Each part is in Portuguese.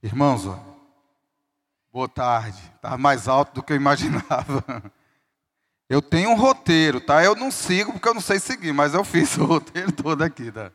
Irmãos, ó, boa tarde. Estava mais alto do que eu imaginava. Eu tenho um roteiro, tá? Eu não sigo porque eu não sei seguir, mas eu fiz o roteiro todo aqui, tá?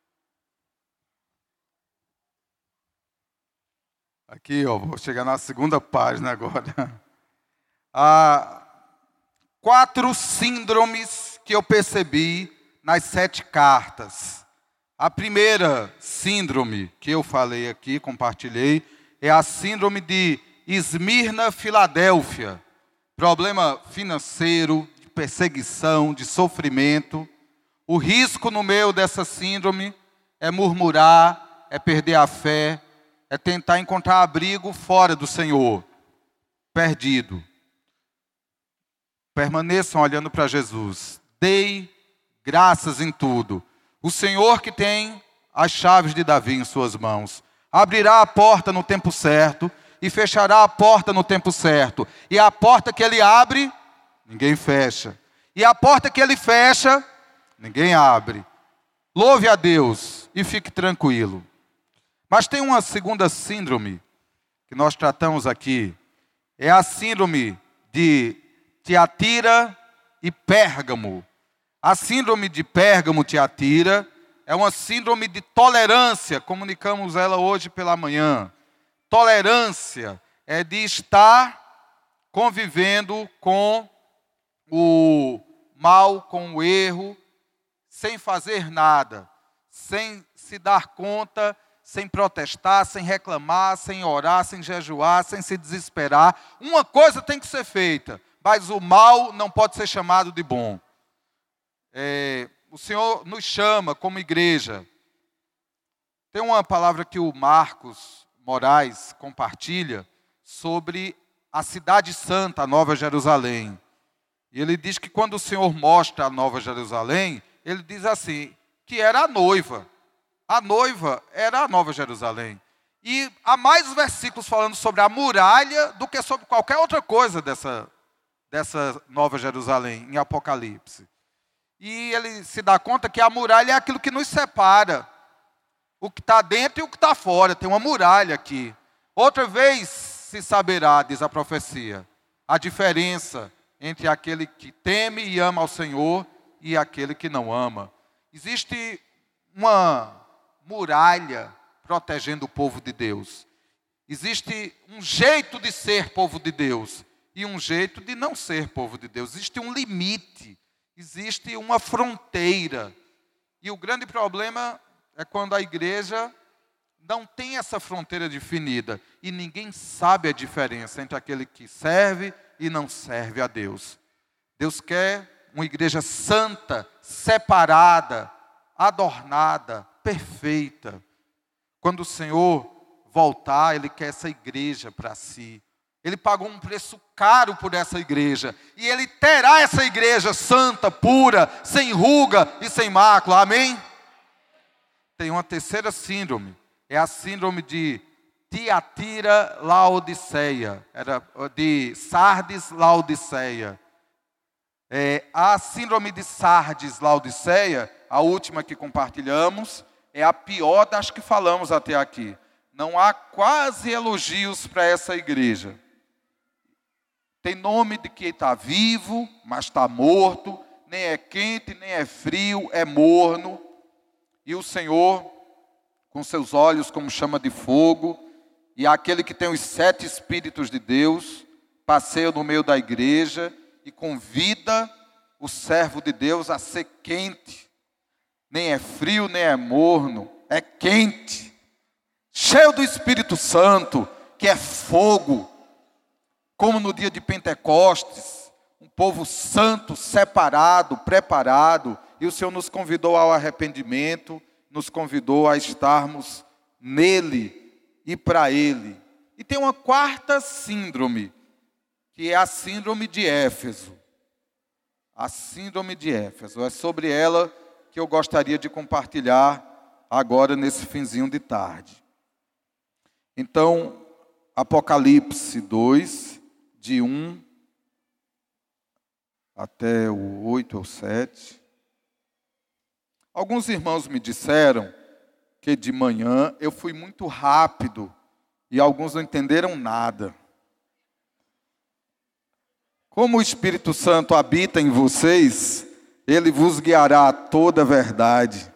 Aqui, ó, vou chegar na segunda página agora. Há 4 síndromes que eu percebi nas 7 cartas. A primeira síndrome que eu falei aqui, compartilhei, é a síndrome de Esmirna, Filadélfia. Problema financeiro, de perseguição, de sofrimento. O risco no meio dessa síndrome é murmurar, é perder a fé, é tentar encontrar abrigo fora do Senhor. Perdido. Permaneçam olhando para Jesus. Dei graças em tudo. O Senhor que tem as chaves de Davi em suas mãos. Abrirá a porta no tempo certo e fechará a porta no tempo certo. E a porta que ele abre, ninguém fecha. E a porta que ele fecha, ninguém abre. Louve a Deus e fique tranquilo. Mas tem uma segunda síndrome que nós tratamos aqui. É a síndrome de Tiatira e Pérgamo. A síndrome de Pérgamo, Tiatira, é uma síndrome de tolerância. Comunicamos ela hoje pela manhã. Tolerância é de estar convivendo com o mal, com o erro, sem fazer nada, sem se dar conta, sem protestar, sem reclamar, sem orar, sem jejuar, sem se desesperar. Uma coisa tem que ser feita, mas o mal não pode ser chamado de bom. O Senhor nos chama como igreja. Tem uma palavra que o Marcos Moraes compartilha sobre a cidade santa, a Nova Jerusalém. E ele diz que quando o Senhor mostra a Nova Jerusalém, ele diz assim, que era a noiva. A noiva era a Nova Jerusalém. E há mais versículos falando sobre a muralha do que sobre qualquer outra coisa dessa Nova Jerusalém, em Apocalipse. E ele se dá conta que a muralha é aquilo que nos separa. O que está dentro e o que está fora. Tem uma muralha aqui. Outra vez se saberá, diz a profecia, a diferença entre aquele que teme e ama ao Senhor e aquele que não ama. Existe uma muralha protegendo o povo de Deus. Existe um jeito de ser povo de Deus e um jeito de não ser povo de Deus. Existe um limite, existe uma fronteira. E o grande problema é quando a igreja não tem essa fronteira definida e ninguém sabe a diferença entre aquele que serve e não serve a Deus. Deus quer uma igreja santa, separada, adornada, perfeita. Quando o Senhor voltar, Ele quer essa igreja para si. Ele pagou um preço caro por essa igreja. E Ele terá essa igreja santa, pura, sem ruga e sem mácula. Amém? Tem uma terceira síndrome. É a síndrome de Tiatira, Laodiceia. Era de Sardes, Laodiceia. A síndrome de Sardes, Laodiceia, a última que compartilhamos, é a pior das que falamos até aqui. Não há quase elogios para essa igreja. Tem nome de que está vivo, mas está morto, nem é quente, nem é frio, é morno. E o Senhor, com seus olhos como chama de fogo, e aquele que tem os 7 Espíritos de Deus, passeia no meio da igreja e convida o servo de Deus a ser quente. Nem é frio, nem é morno, é quente. Cheio do Espírito Santo, que é fogo. Como no dia de Pentecostes, um povo santo, separado, preparado. E o Senhor nos convidou ao arrependimento, nos convidou a estarmos nele e para Ele. E tem uma quarta síndrome, que é a síndrome de Éfeso. A síndrome de Éfeso. É sobre ela que eu gostaria de compartilhar agora nesse finzinho de tarde. Então, Apocalipse 2, de 1 até o 8 ou 7. Alguns irmãos me disseram que de manhã eu fui muito rápido e alguns não entenderam nada. Como o Espírito Santo habita em vocês, ele vos guiará a toda a verdade.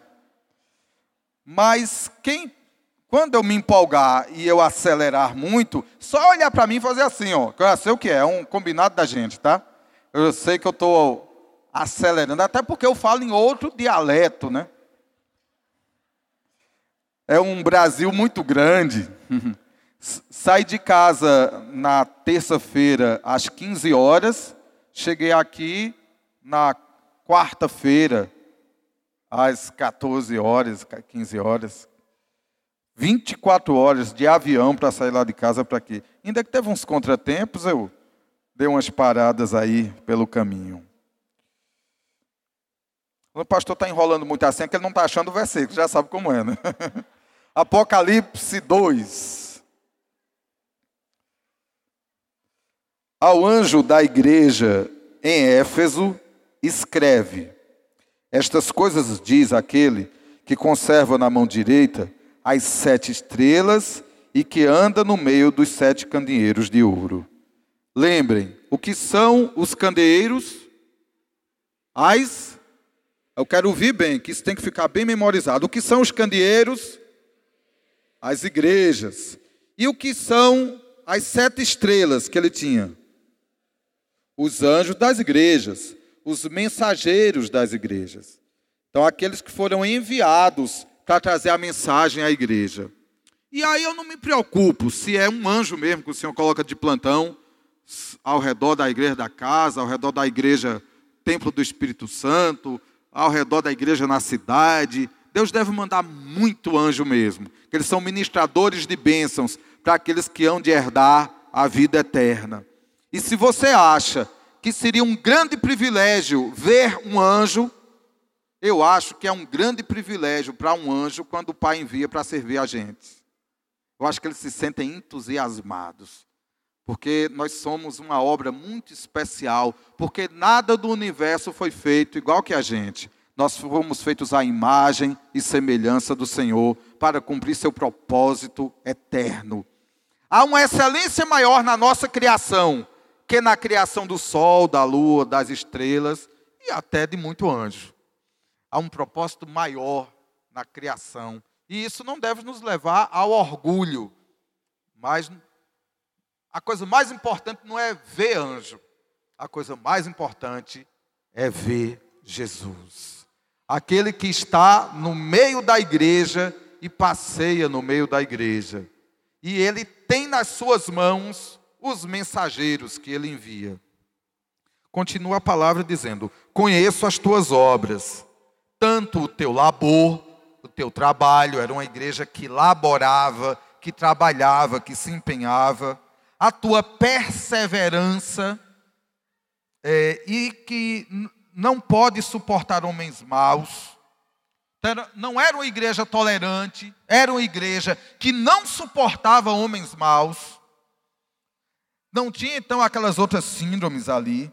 Mas quando eu me empolgar e eu acelerar muito, só olhar para mim e fazer assim, ó, que eu já sei o que é um combinado da gente, tá? Eu sei que eu estou acelerando, até porque eu falo em outro dialeto, né? É um Brasil muito grande. Saí de casa na terça-feira às 15 horas, cheguei aqui na quarta-feira às 14 horas, 15 horas. 24 horas de avião para sair lá de casa para aqui. Ainda que teve uns contratempos, eu dei umas paradas aí pelo caminho. O pastor está enrolando muito assim, é que ele não está achando o versículo, já sabe como é, né? Apocalipse 2. Ao anjo da igreja em Éfeso, escreve: estas coisas diz aquele que conserva na mão direita as 7 estrelas e que anda no meio dos 7 candeeiros de ouro. Lembrem, o que são os candeeiros? Eu quero ouvir bem, que isso tem que ficar bem memorizado. O que são os candeeiros? As igrejas. E o que são as 7 estrelas que ele tinha? Os anjos das igrejas, os mensageiros das igrejas. Então, aqueles que foram enviados para trazer a mensagem à igreja. E aí eu não me preocupo se é um anjo mesmo que o Senhor coloca de plantão ao redor da igreja da casa, ao redor da igreja Templo do Espírito Santo, ao redor da igreja na cidade. Deus deve mandar muito anjo mesmo, que eles são ministradores de bênçãos para aqueles que hão de herdar a vida eterna. E se você acha que seria um grande privilégio ver um anjo, eu acho que é um grande privilégio para um anjo quando o Pai envia para servir a gente. Eu acho que eles se sentem entusiasmados, porque nós somos uma obra muito especial, porque nada do universo foi feito igual que a gente. Nós fomos feitos à imagem e semelhança do Senhor para cumprir seu propósito eterno. Há uma excelência maior na nossa criação que na criação do sol, da lua, das estrelas e até de muito anjo. Há um propósito maior na criação. E isso não deve nos levar ao orgulho. Mas a coisa mais importante não é ver anjo. A coisa mais importante é ver Jesus. Aquele que está no meio da igreja e passeia no meio da igreja. E ele tem nas suas mãos os mensageiros que ele envia. Continua a palavra dizendo: conheço as tuas obras, tanto o teu labor, o teu trabalho. Era uma igreja que laborava, que trabalhava, que se empenhava. A tua perseverança e que não pode suportar homens maus. Não era uma igreja tolerante, era uma igreja que não suportava homens maus. Não tinha então aquelas outras síndromes ali.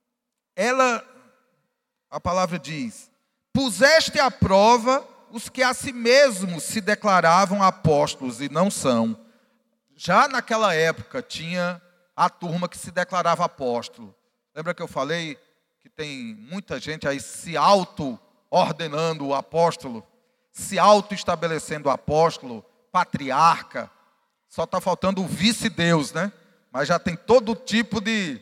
A palavra diz: puseste à prova os que a si mesmos se declaravam apóstolos e não são. Já naquela época tinha a turma que se declarava apóstolo. Lembra que eu falei que tem muita gente aí se auto-ordenando o apóstolo, se auto-estabelecendo apóstolo, patriarca. Só está faltando o vice-deus, né? Mas já tem todo tipo de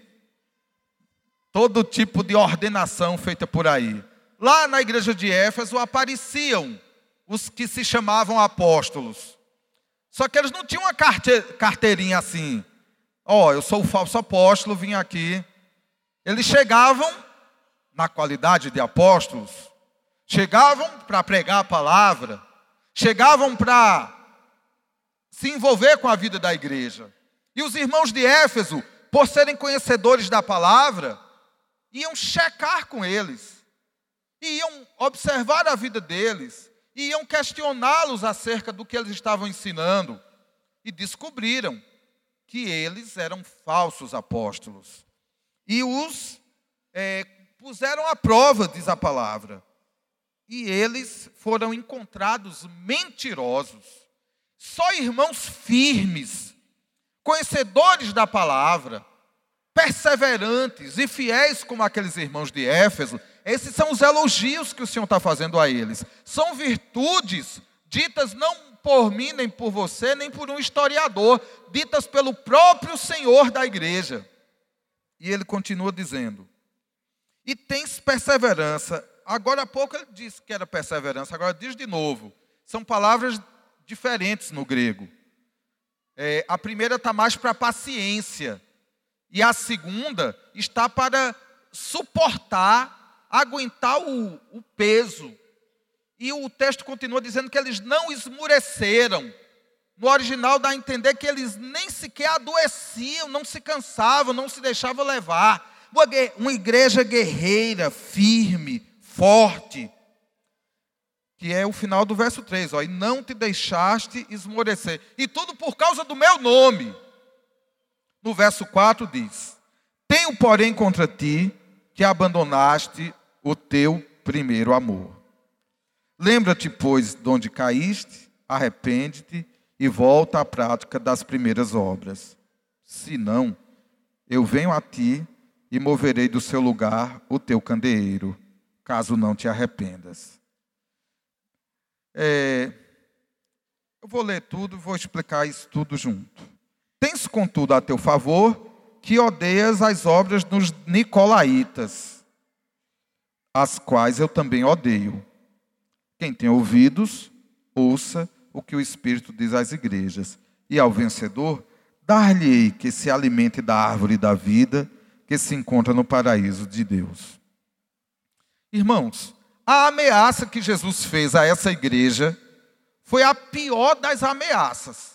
ordenação feita por aí. Lá na igreja de Éfeso apareciam os que se chamavam apóstolos. Só que eles não tinham uma carteirinha assim: eu sou o falso apóstolo, vim aqui. Eles chegavam na qualidade de apóstolos, chegavam para pregar a palavra, chegavam para se envolver com a vida da igreja. E os irmãos de Éfeso, por serem conhecedores da palavra, iam checar com eles, iam observar a vida deles, iam questioná-los acerca do que eles estavam ensinando, e descobriram que eles eram falsos apóstolos. E os puseram à prova, diz a palavra. E eles foram encontrados mentirosos. Só irmãos firmes conhecedores da palavra, perseverantes e fiéis como aqueles irmãos de Éfeso. Esses são os elogios que o Senhor está fazendo a eles. São virtudes ditas não por mim, nem por você, nem por um historiador, ditas pelo próprio Senhor da igreja. E ele continua dizendo: e tens perseverança. Agora há pouco ele disse que era perseverança, agora diz de novo. São palavras diferentes no grego. A primeira está mais para paciência. E a segunda está para suportar, aguentar o peso. E o texto continua dizendo que eles não esmureceram. No original dá a entender que eles nem sequer adoeciam, não se cansavam, não se deixavam levar. Uma igreja guerreira, firme, forte. Que é o final do verso 3. E não te deixaste esmorecer. E tudo por causa do meu nome. No verso 4 diz: tenho, porém, contra ti que abandonaste o teu primeiro amor. Lembra-te, pois, de onde caíste, arrepende-te e volta à prática das primeiras obras. Se não, eu venho a ti e moverei do seu lugar o teu candeeiro, caso não te arrependas. Eu vou ler tudo e vou explicar isso tudo junto. Tens, contudo, a teu favor que odeias as obras dos nicolaítas, as quais eu também odeio. Quem tem ouvidos, ouça o que o Espírito diz às igrejas. E ao vencedor, dar-lhe-ei que se alimente da árvore da vida, que se encontra no paraíso de Deus. Irmãos, a ameaça que Jesus fez a essa igreja foi a pior das ameaças.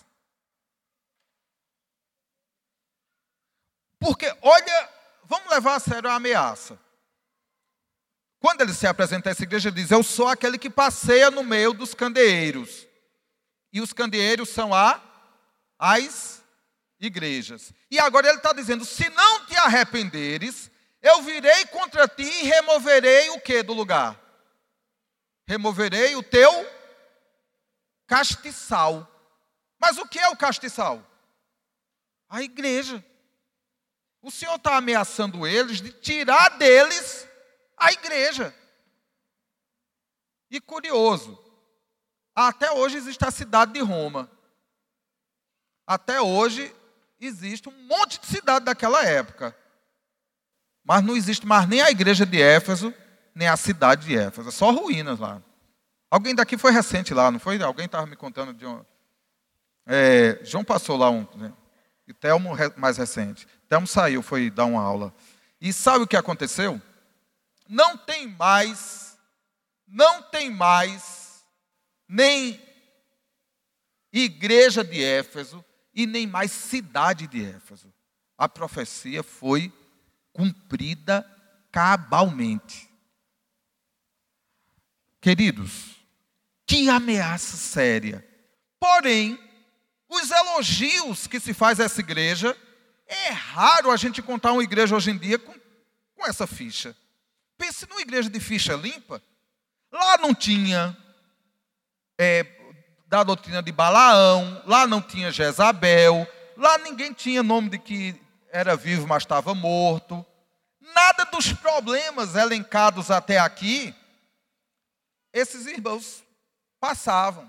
Porque, olha, vamos levar a sério a ameaça. Quando ele se apresenta a essa igreja, ele diz: eu sou aquele que passeia no meio dos candeeiros. E os candeeiros são as igrejas. E agora ele está dizendo: se não te arrependeres, eu virei contra ti e removerei o que do lugar? Removerei o teu castiçal. Mas o que é o castiçal? A igreja. O Senhor está ameaçando eles de tirar deles a igreja. E curioso, até hoje existe a cidade de Roma. Até hoje existe um monte de cidade daquela época. Mas não existe mais nem a igreja de Éfeso, nem a cidade de Éfeso. É só ruínas lá. Alguém daqui foi recente lá, não foi? Alguém estava me contando de um... João passou lá né? E Telmo mais recente. Telmo saiu, foi dar uma aula. E sabe o que aconteceu? Não tem mais nem igreja de Éfeso e nem mais cidade de Éfeso. A profecia foi cumprida cabalmente. Queridos, que ameaça séria. Porém, os elogios que se faz a essa igreja, é raro a gente contar uma igreja hoje em dia com essa ficha. Pense numa igreja de ficha limpa. Lá não tinha da doutrina de Balaão, lá não tinha Jezabel, lá ninguém tinha nome de que era vivo, mas estava morto. Nada dos problemas elencados até aqui, esses irmãos passavam.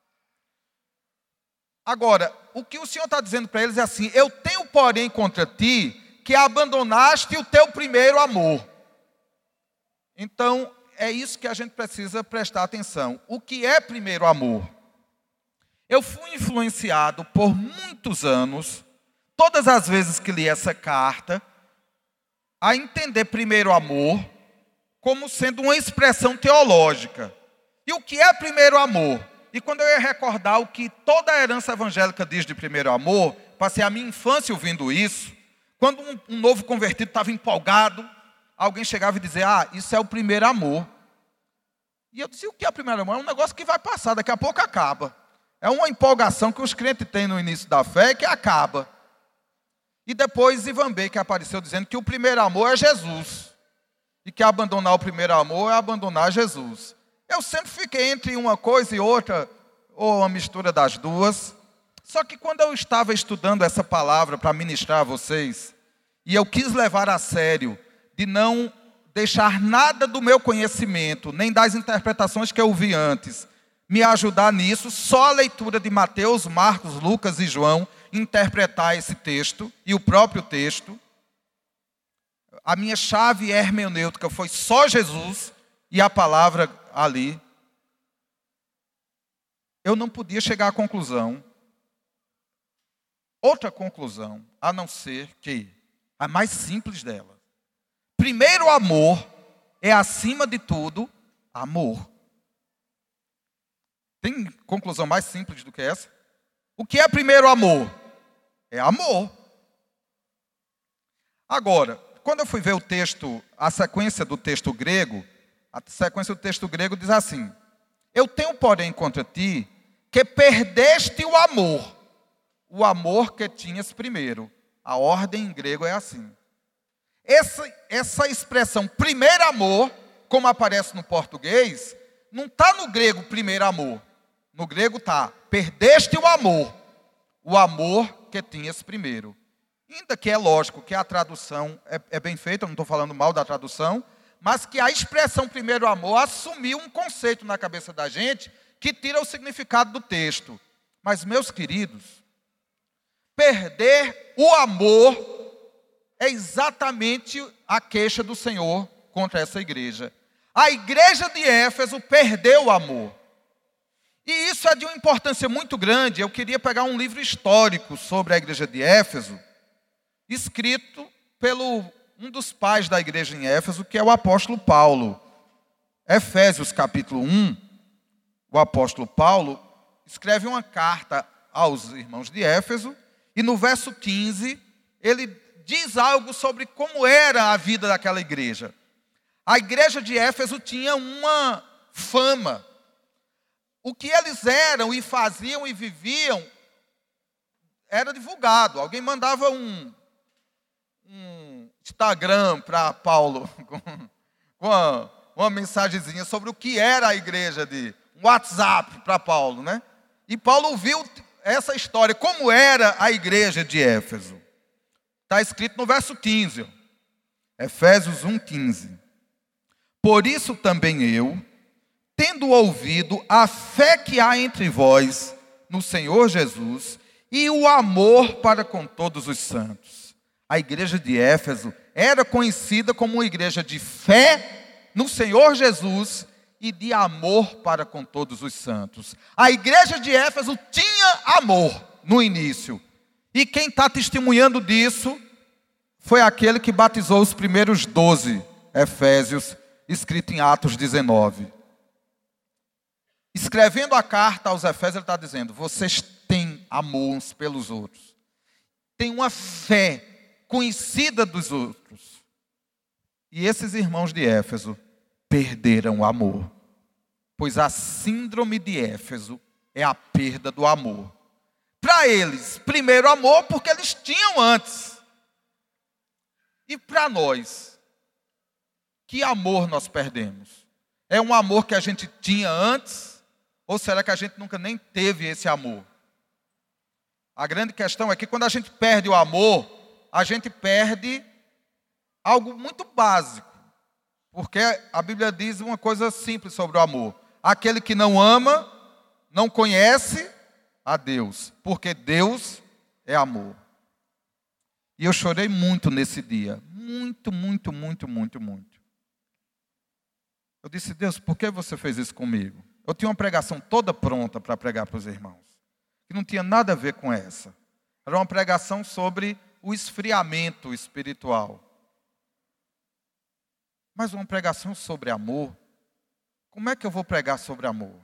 Agora, o que o Senhor está dizendo para eles é assim: eu tenho, porém, contra ti, que abandonaste o teu primeiro amor. Então, é isso que a gente precisa prestar atenção. O que é primeiro amor? Eu fui influenciado por muitos anos, todas as vezes que li essa carta, a entender primeiro amor como sendo uma expressão teológica. E o que é primeiro amor? E quando eu ia recordar o que toda a herança evangélica diz de primeiro amor, passei a minha infância ouvindo isso, quando um novo convertido estava empolgado, alguém chegava e dizia: isso é o primeiro amor. E eu disse: o que é o primeiro amor? É um negócio que vai passar, daqui a pouco acaba. É uma empolgação que os crentes têm no início da fé que acaba. E depois Ivan B, que apareceu dizendo que o primeiro amor é Jesus. E que abandonar o primeiro amor é abandonar Jesus. Eu sempre fiquei entre uma coisa e outra, ou uma mistura das duas. Só que quando eu estava estudando essa palavra para ministrar a vocês, e eu quis levar a sério, de não deixar nada do meu conhecimento, nem das interpretações que eu ouvi antes, me ajudar nisso, só a leitura de Mateus, Marcos, Lucas e João, interpretar esse texto, e o próprio texto. A minha chave hermenêutica foi só Jesus e a palavra ali. Eu não podia chegar à conclusão, outra conclusão, a não ser que a mais simples dela. Primeiro, amor é, acima de tudo, amor. Tem conclusão mais simples do que essa? O que é primeiro amor? É amor. Agora, quando eu fui ver o texto, a sequência do texto grego, a sequência do texto grego diz assim: eu tenho, porém, contra ti, que perdeste o amor que tinhas primeiro. A ordem em grego é assim. Essa expressão, primeiro amor, como aparece no português, não está no grego primeiro amor. No grego está, perdeste o amor que tinhas primeiro. Ainda que é lógico que a tradução é bem feita, eu não estou falando mal da tradução, mas que a expressão primeiro amor assumiu um conceito na cabeça da gente que tira o significado do texto. Mas, meus queridos, perder o amor é exatamente a queixa do Senhor contra essa igreja. A igreja de Éfeso perdeu o amor. E isso é de uma importância muito grande. Eu queria pegar um livro histórico sobre a igreja de Éfeso, escrito pelo um dos pais da igreja em Éfeso, que é o apóstolo Paulo. Efésios capítulo 1, o apóstolo Paulo escreve uma carta aos irmãos de Éfeso, e no verso 15, ele diz algo sobre como era a vida daquela igreja. A igreja de Éfeso tinha uma fama. O que eles eram e faziam e viviam era divulgado. Alguém mandava um Instagram para Paulo com uma mensagenzinha sobre o que era a igreja, um WhatsApp para Paulo, né? E Paulo ouviu essa história, como era a igreja de Éfeso. Está escrito no verso 15, Efésios 1,15. Por isso também eu, tendo ouvido a fé que há entre vós no Senhor Jesus e o amor para com todos os santos. A igreja de Éfeso era conhecida como uma igreja de fé no Senhor Jesus e de amor para com todos os santos. A igreja de Éfeso tinha amor no início. E quem está testemunhando disso foi aquele que batizou os primeiros 12 Efésios, escrito em Atos 19. Escrevendo a carta aos Efésios, ele está dizendo: vocês têm amor uns pelos outros. Tem uma fé conhecida dos outros. E esses irmãos de Éfeso perderam o amor. Pois a síndrome de Éfeso é a perda do amor. Para eles, primeiro amor, porque eles tinham antes. E para nós, que amor nós perdemos? É um amor que a gente tinha antes? Ou será que a gente nunca nem teve esse amor? A grande questão é que quando a gente perde o amor, a gente perde algo muito básico. Porque a Bíblia diz uma coisa simples sobre o amor. Aquele que não ama, não conhece a Deus, porque Deus é amor. E eu chorei muito nesse dia. Muito, muito, muito, muito, muito. Eu disse: Deus, por que você fez isso comigo? Eu tinha uma pregação toda pronta para pregar para os irmãos, que não tinha nada a ver com essa. Era uma pregação sobre o esfriamento espiritual. Mas uma pregação sobre amor, como é que eu vou pregar sobre amor?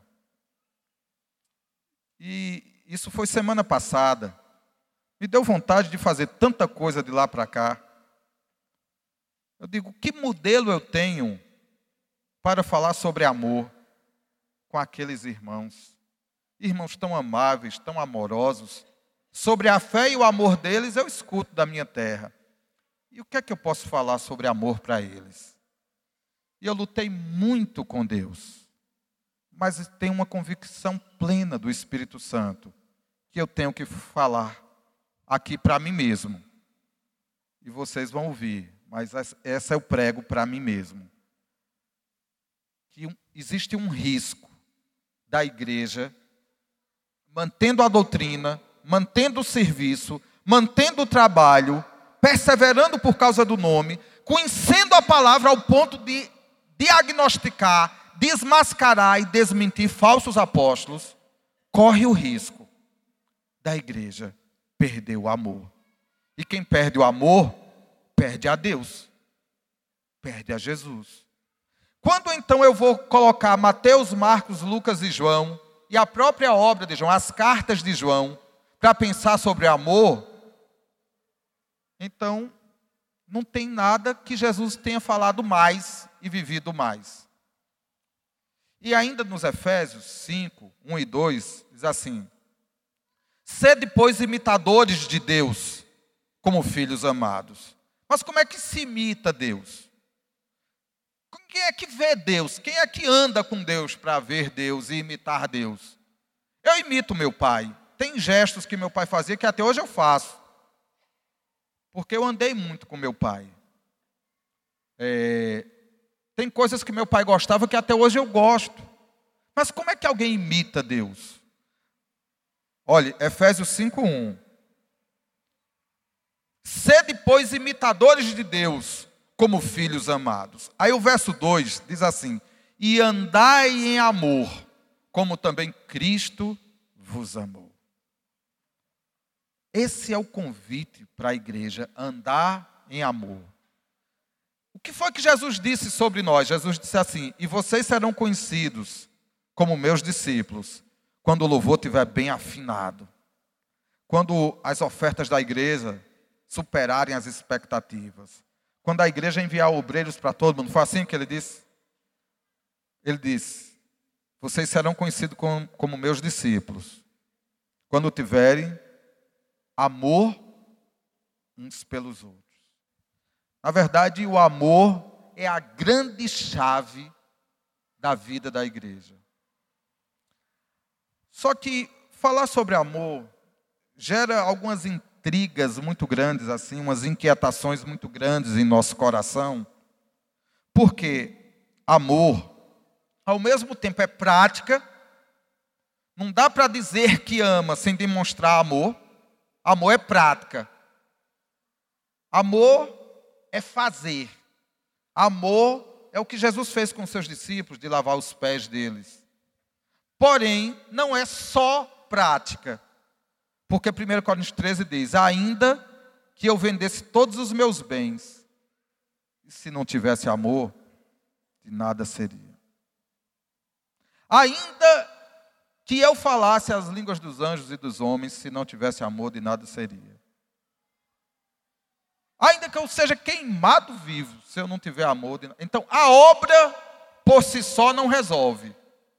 E isso foi semana passada. Me deu vontade de fazer tanta coisa de lá para cá. Eu digo, que modelo eu tenho para falar sobre amor com aqueles irmãos? Irmãos tão amáveis, tão amorosos. Sobre a fé e o amor deles eu escuto da minha terra. E o que é que eu posso falar sobre amor para eles? E eu lutei muito com Deus. Mas tenho uma convicção plena do Espírito Santo, que eu tenho que falar aqui para mim mesmo. E vocês vão ouvir, mas essa eu prego para mim mesmo. Que existe um risco da igreja, mantendo a doutrina, mantendo o serviço, mantendo o trabalho, perseverando por causa do nome, conhecendo a palavra ao ponto de diagnosticar, desmascarar e desmentir falsos apóstolos, corre o risco da igreja perder o amor. E quem perde o amor, perde a Deus, perde a Jesus. Quando então eu vou colocar Mateus, Marcos, Lucas e João, e a própria obra de João, as cartas de João, para pensar sobre amor, então não tem nada que Jesus tenha falado mais e vivido mais. E ainda nos Efésios 5, 1 e 2, diz assim: sede, pois, imitadores de Deus, como filhos amados. Mas como é que se imita Deus? Quem é que vê Deus? Quem é que anda com Deus para ver Deus e imitar Deus? Eu imito meu pai. Tem gestos que meu pai fazia que até hoje eu faço. Porque eu andei muito com meu pai. Tem coisas que meu pai gostava que até hoje eu gosto. Mas como é que alguém imita Deus? Olha, Efésios 5:1. Sede, pois, imitadores de Deus, como filhos amados. Aí o verso 2 diz assim: e andai em amor, como também Cristo vos amou. Esse é o convite para a igreja, andar em amor. O que foi que Jesus disse sobre nós? Jesus disse assim: e vocês serão conhecidos como meus discípulos, quando o louvor estiver bem afinado, quando as ofertas da igreja superarem as expectativas, quando a igreja enviar obreiros para todo mundo. Foi assim que ele disse? Ele disse: vocês serão conhecidos como meus discípulos, quando tiverem amor uns pelos outros. Na verdade, o amor é a grande chave da vida da igreja. Só que falar sobre amor gera algumas intrigas muito grandes, assim, umas inquietações muito grandes em nosso coração. Porque amor, ao mesmo tempo, é prática. Não dá para dizer que ama sem demonstrar amor. Amor é prática. Amor é fazer. Amor é o que Jesus fez com seus discípulos, de lavar os pés deles. Porém, não é só prática. Porque 1 Coríntios 13 diz: ainda que eu vendesse todos os meus bens, e se não tivesse amor, de nada seria. Ainda que eu falasse as línguas dos anjos e dos homens, se não tivesse amor, de nada seria. Ainda que eu seja queimado vivo, se eu não tiver amor, então a obra por si só não resolve.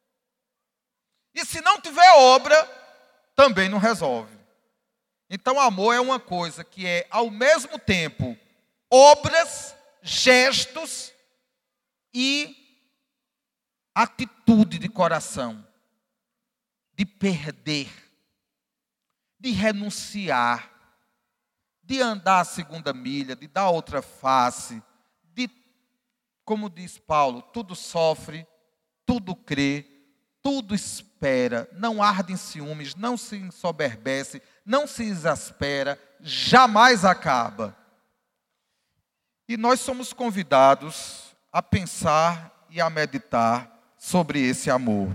E se não tiver obra, também não resolve. Então amor é uma coisa que é ao mesmo tempo obras, gestos e atitude de coração, de perder, de renunciar, de andar a segunda milha, de dar outra face, de, como diz Paulo, tudo sofre, tudo crê, tudo espera, não arde em ciúmes, não se ensoberbece, não se exaspera, jamais acaba. E nós somos convidados a pensar e a meditar sobre esse amor.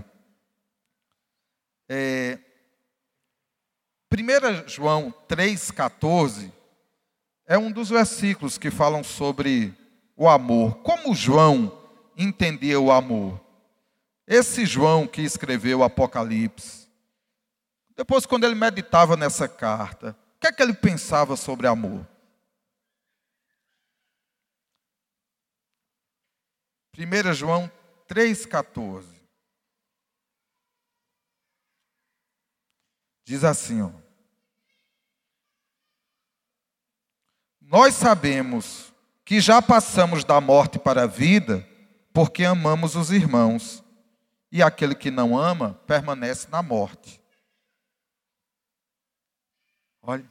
1 João 3,14 é um dos versículos que falam sobre o amor. Como João entendia o amor? Esse João que escreveu o Apocalipse, depois quando ele meditava nessa carta, o que é que ele pensava sobre amor? 1 João 3,14 diz assim, ó: nós sabemos que já passamos da morte para a vida, porque amamos os irmãos, e aquele que não ama permanece na morte. Olha.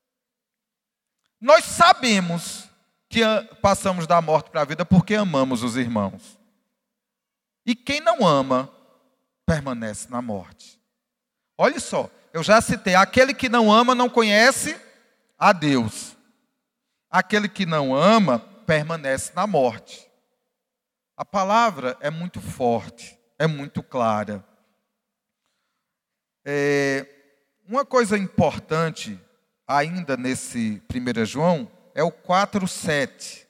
Nós sabemos que passamos da morte para a vida porque amamos os irmãos. E quem não ama, permanece na morte. Olha só, eu já citei, aquele que não ama não conhece a Deus. Aquele que não ama, permanece na morte. A palavra é muito forte, é muito clara. Uma coisa importante, ainda nesse 1 João, é o 4:7.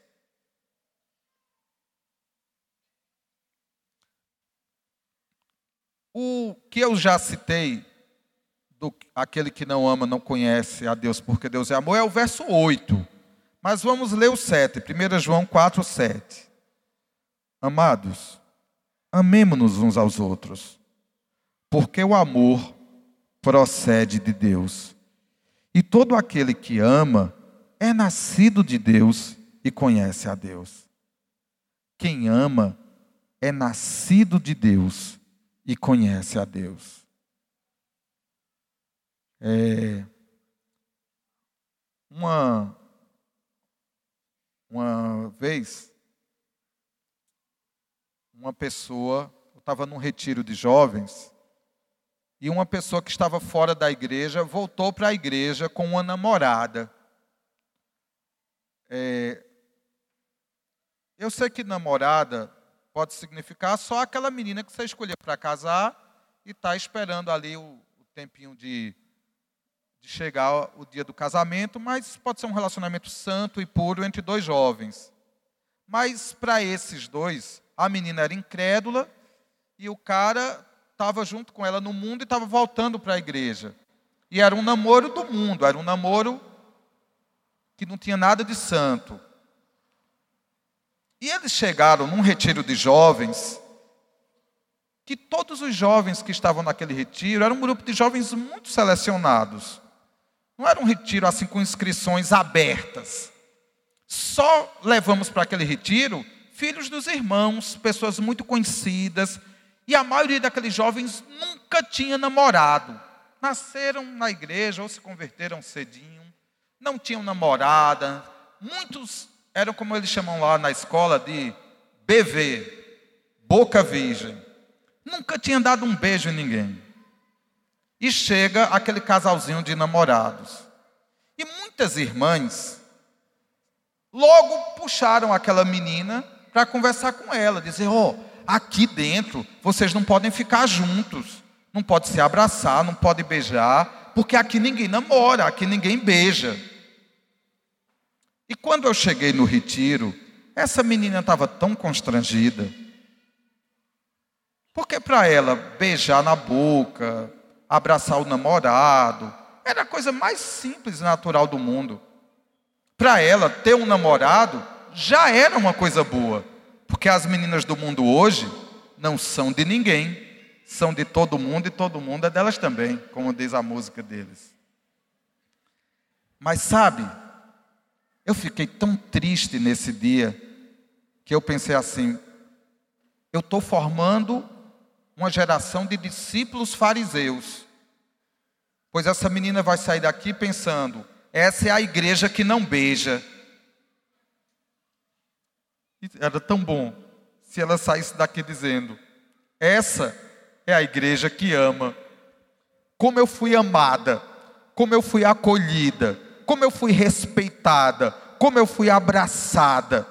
O que eu já citei, aquele que não ama não conhece a Deus porque Deus é amor, é o verso 8. Mas vamos ler o 7, 1 João 4:7. Amados, amemo-nos uns aos outros, porque o amor procede de Deus. E todo aquele que ama é nascido de Deus e conhece a Deus. Quem ama é nascido de Deus e conhece a Deus. Uma vez, uma pessoa, eu estava num retiro de jovens, e uma pessoa que estava fora da igreja voltou para a igreja com uma namorada. Eu sei que namorada pode significar só aquela menina que você escolheu para casar e está esperando ali o tempinho de chegar o dia do casamento, mas pode ser um relacionamento santo e puro entre dois jovens. Mas para esses dois, a menina era incrédula e o cara estava junto com ela no mundo e estava voltando para a igreja. E era um namoro do mundo, era um namoro que não tinha nada de santo. E eles chegaram num retiro de jovens, que todos os jovens que estavam naquele retiro, era um grupo de jovens muito selecionados. Não era um retiro assim com inscrições abertas. Só levamos para aquele retiro filhos dos irmãos, pessoas muito conhecidas. E a maioria daqueles jovens nunca tinha namorado. Nasceram na igreja ou se converteram cedinho. Não tinham namorada. Muitos eram, como eles chamam lá na escola, de BV, boca virgem. Nunca tinha dado um beijo em ninguém. E chega aquele casalzinho de namorados. E muitas irmãs logo puxaram aquela menina para conversar com ela. Dizer, aqui dentro vocês não podem ficar juntos. Não pode se abraçar, não pode beijar. Porque aqui ninguém namora, aqui ninguém beija. E quando eu cheguei no retiro, essa menina estava tão constrangida. Porque para ela beijar na boca, abraçar o namorado, era a coisa mais simples e natural do mundo. Para ela, ter um namorado já era uma coisa boa. Porque as meninas do mundo hoje não são de ninguém. São de todo mundo e todo mundo é delas também, como diz a música deles. Mas sabe, eu fiquei tão triste nesse dia, que eu pensei assim, eu estou formando uma geração de discípulos fariseus. Pois essa menina vai sair daqui pensando, essa é a igreja que não beija. E era tão bom se ela saísse daqui dizendo, essa é a igreja que ama. Como eu fui amada, como eu fui acolhida, como eu fui respeitada, como eu fui abraçada.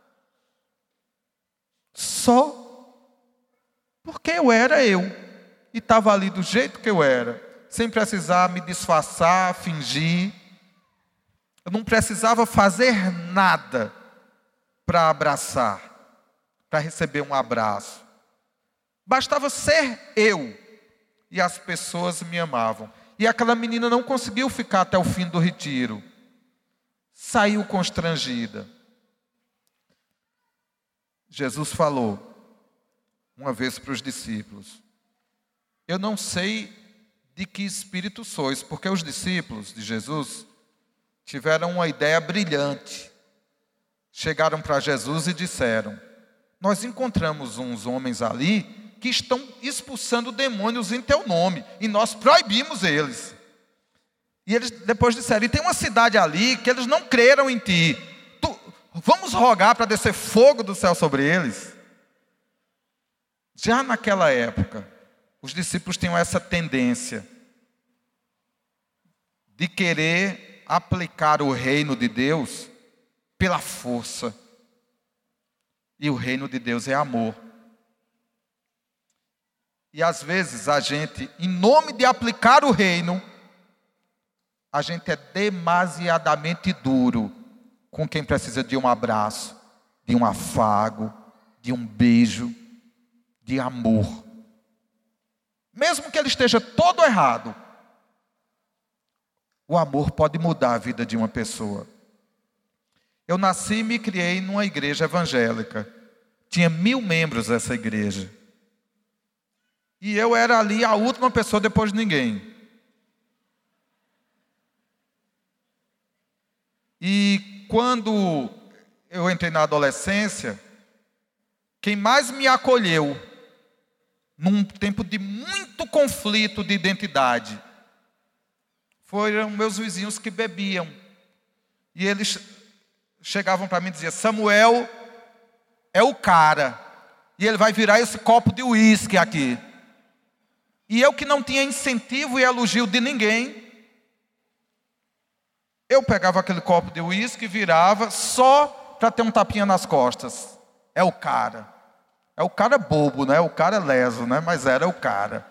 Só porque eu era eu. E estava ali do jeito que eu era. Sem precisar me disfarçar, fingir. Eu não precisava fazer nada para abraçar, para receber um abraço. Bastava ser eu. E as pessoas me amavam. E aquela menina não conseguiu ficar até o fim do retiro. Saiu constrangida. Jesus falou uma vez para os discípulos, eu não sei de que espírito sois, porque os discípulos de Jesus tiveram uma ideia brilhante. Chegaram para Jesus e disseram, nós encontramos uns homens ali que estão expulsando demônios em teu nome, e nós proibimos eles. E eles depois disseram, e tem uma cidade ali que eles não creram em ti. Vamos rogar para descer fogo do céu sobre eles? Já naquela época, os discípulos tinham essa tendência de querer aplicar o reino de Deus pela força. E o reino de Deus é amor. E às vezes a gente, em nome de aplicar o reino, a gente é demasiadamente duro com quem precisa de um abraço, de um afago, de um beijo, de amor. Mesmo que ele esteja todo errado, o amor pode mudar a vida de uma pessoa. Eu nasci e me criei numa igreja evangélica. Tinha 1000 membros essa igreja. E eu era ali a última pessoa depois de ninguém. E quando eu entrei na adolescência, quem mais me acolheu, num tempo de muito conflito de identidade, foram meus vizinhos que bebiam. E eles chegavam para mim e diziam, Samuel é o cara, e ele vai virar esse copo de uísque aqui. E eu que não tinha incentivo e elogio de ninguém, eu pegava aquele copo de uísque e virava só para ter um tapinha nas costas. É o cara. É o cara bobo, né? O cara leso, né? Mas era o cara.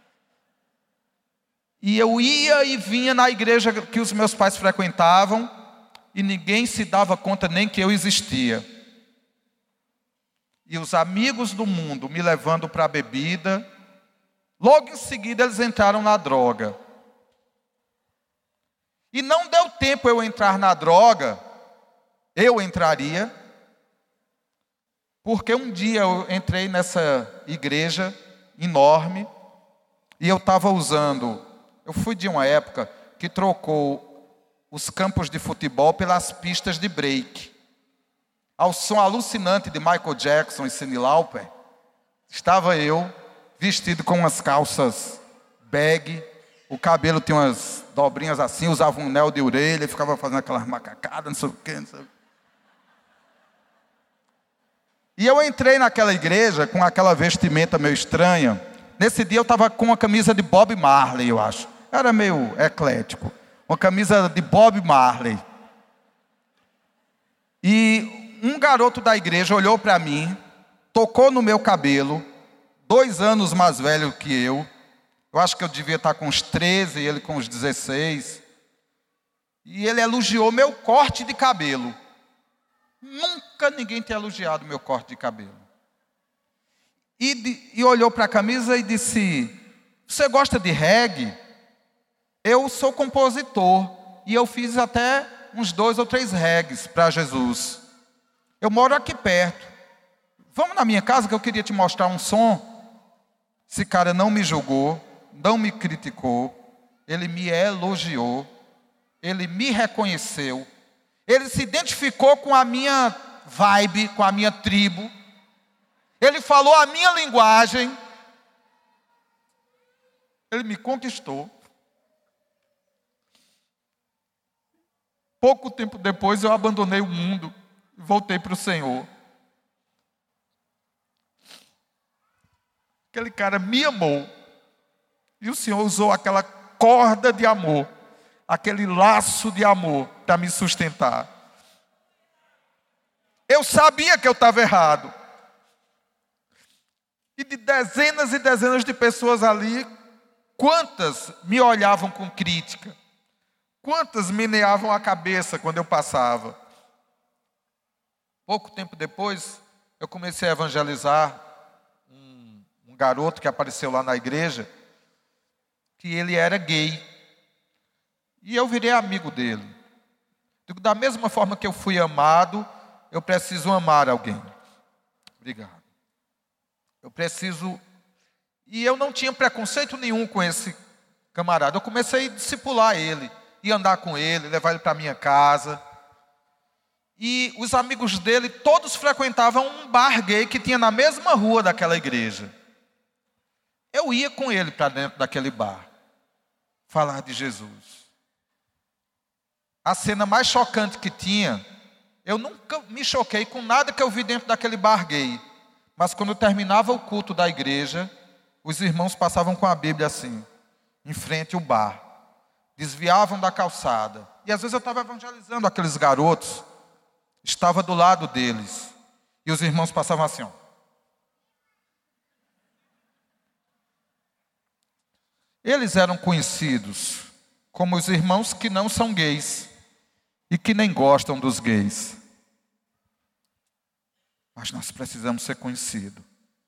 E eu ia e vinha na igreja que os meus pais frequentavam e ninguém se dava conta nem que eu existia. E os amigos do mundo me levando para a bebida, logo em seguida eles entraram na droga. E não deu tempo eu entrar na droga, eu entraria, porque um dia eu entrei nessa igreja enorme e eu estava eu fui de uma época que trocou os campos de futebol pelas pistas de break. Ao som alucinante de Michael Jackson e Cyndi Lauper, estava eu vestido com umas calças bag, o cabelo tinha umas dobrinhas assim, usava um anel de orelha e ficava fazendo aquelas macacadas, não sei o quê, não sei o quê. E eu entrei naquela igreja com aquela vestimenta meio estranha. Nesse dia eu estava com uma camisa de Bob Marley, eu acho. Era meio eclético. Uma camisa de Bob Marley. E um garoto da igreja olhou para mim, tocou no meu cabelo, 2 anos mais velho que eu. Eu acho que eu devia estar com uns 13 e ele com uns 16. E ele elogiou meu corte de cabelo. Nunca ninguém tinha elogiado meu corte de cabelo. E olhou para a camisa e disse, você gosta de reggae? Eu sou compositor e eu fiz até uns 2 ou 3 reggaes para Jesus. Eu moro aqui perto. Vamos na minha casa que eu queria te mostrar um som. Esse cara não me julgou, não me criticou, ele me elogiou, ele me reconheceu, ele se identificou com a minha vibe, com a minha tribo, ele falou a minha linguagem, ele me conquistou. Pouco tempo depois eu abandonei o mundo e voltei para o Senhor. Aquele cara me amou. E o Senhor usou aquela corda de amor, aquele laço de amor para me sustentar. Eu sabia que eu estava errado. E de dezenas e dezenas de pessoas ali, quantas me olhavam com crítica? Quantas meneavam a cabeça quando eu passava? Pouco tempo depois, eu comecei a evangelizar um garoto que apareceu lá na igreja, que ele era gay. E eu virei amigo dele. Digo, da mesma forma que eu fui amado, eu preciso amar alguém. Obrigado. Eu preciso... E eu não tinha preconceito nenhum com esse camarada. Eu comecei a discipular ele, e andar com ele, levar ele para minha casa. E os amigos dele, todos frequentavam um bar gay que tinha na mesma rua daquela igreja. Eu ia com ele para dentro daquele bar, falar de Jesus. a cena mais chocante que tinha, eu nunca me choquei com nada que eu vi dentro daquele bar gay. Mas quando terminava o culto da igreja, os irmãos passavam com a Bíblia assim, em frente ao bar. Desviavam da calçada. E às vezes eu estava evangelizando aqueles garotos, estava do lado deles. E os irmãos passavam assim, ó. Eles eram conhecidos como os irmãos que não são gays e que nem gostam dos gays. Mas nós precisamos ser conhecidos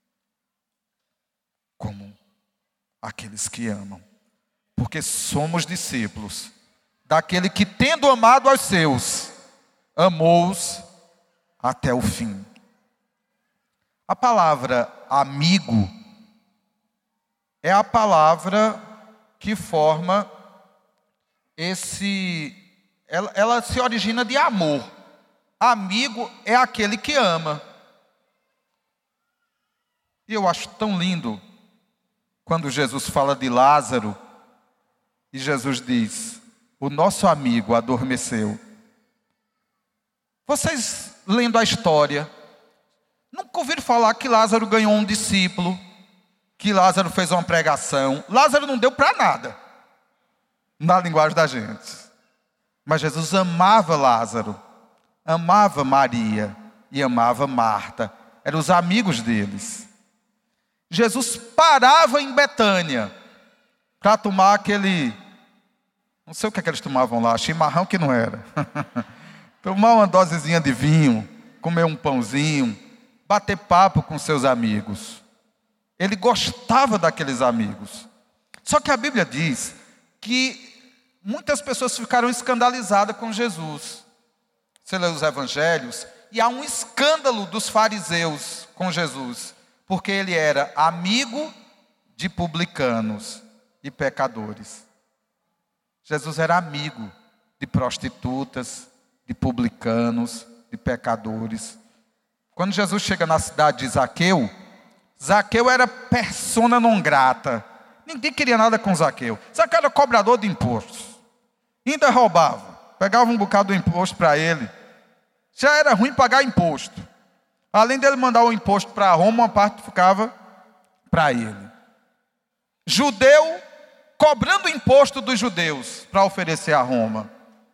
como aqueles que amam. Porque somos discípulos daquele que, tendo amado aos seus, amou-os até o fim. A palavra amigo é a palavra que forma ela se origina de amor. Amigo é aquele que ama. E eu acho tão lindo quando Jesus fala de Lázaro e Jesus diz: o nosso amigo adormeceu. Vocês lendo a história, nunca ouviram falar que Lázaro ganhou um discípulo, que Lázaro fez uma pregação. Lázaro não deu para nada, na linguagem da gente. Mas Jesus amava Lázaro, amava Maria e amava Marta. Eram os amigos deles. Jesus parava em Betânia para tomar aquele, não sei o que é que eles tomavam lá, chimarrão que não era. Tomar uma dosezinha de vinho, comer um pãozinho, bater papo com seus amigos. Ele gostava daqueles amigos. Só que a Bíblia diz que muitas pessoas ficaram escandalizadas com Jesus. Você lê os evangelhos e há um escândalo dos fariseus com Jesus, porque ele era amigo de publicanos e pecadores. Jesus era amigo de prostitutas, de publicanos, de pecadores. Quando Jesus chega na cidade de Zaqueu, Zaqueu era persona non grata. Ninguém queria nada com Zaqueu. Zaqueu era cobrador de impostos. Ainda roubava. Pegava um bocado do imposto para ele. Já era ruim pagar imposto. Além dele mandar o imposto para Roma, uma parte ficava para ele. Judeu cobrando imposto dos judeus para oferecer a Roma.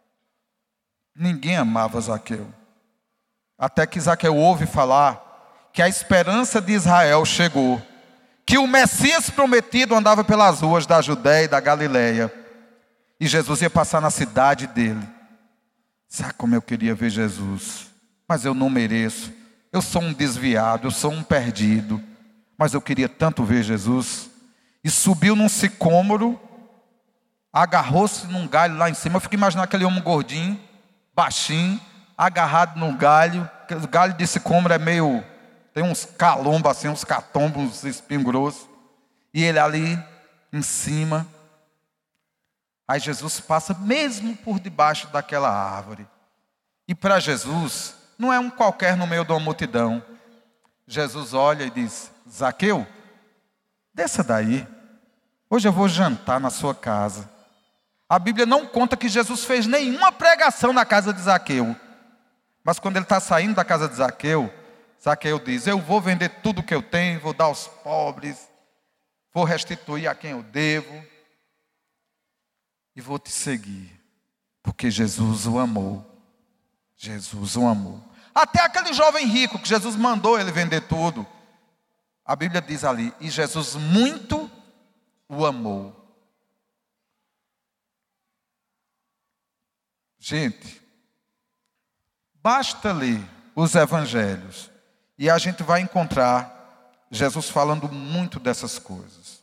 Ninguém amava Zaqueu. Até que Zaqueu ouve falar que a esperança de Israel chegou, que o Messias prometido andava pelas ruas da Judéia e da Galileia, e Jesus ia passar na cidade dele. Sabe como eu queria ver Jesus? Mas eu não mereço. Eu sou um desviado, eu sou um perdido. Mas eu queria tanto ver Jesus. E subiu num sicômoro, agarrou-se num galho lá em cima. Eu fico imaginando aquele homem gordinho, baixinho, agarrado num galho. O galho de sicômoro é meio... tem uns calombos assim, uns catombos, uns espinhos grossos. E ele ali em cima. Aí Jesus passa mesmo por debaixo daquela árvore. E para Jesus, não é um qualquer no meio de uma multidão. Jesus olha e diz: Zaqueu, desça daí. Hoje eu vou jantar na sua casa. A Bíblia não conta que Jesus fez nenhuma pregação na casa de Zaqueu. Mas quando ele está saindo da casa de Zaqueu, Zaqueu diz: eu vou vender tudo que eu tenho, vou dar aos pobres, vou restituir a quem eu devo, e vou te seguir, porque Jesus o amou. Jesus o amou. Até aquele jovem rico que Jesus mandou ele vender tudo, a Bíblia diz ali: e Jesus muito o amou. Gente, basta ler os evangelhos e a gente vai encontrar Jesus falando muito dessas coisas.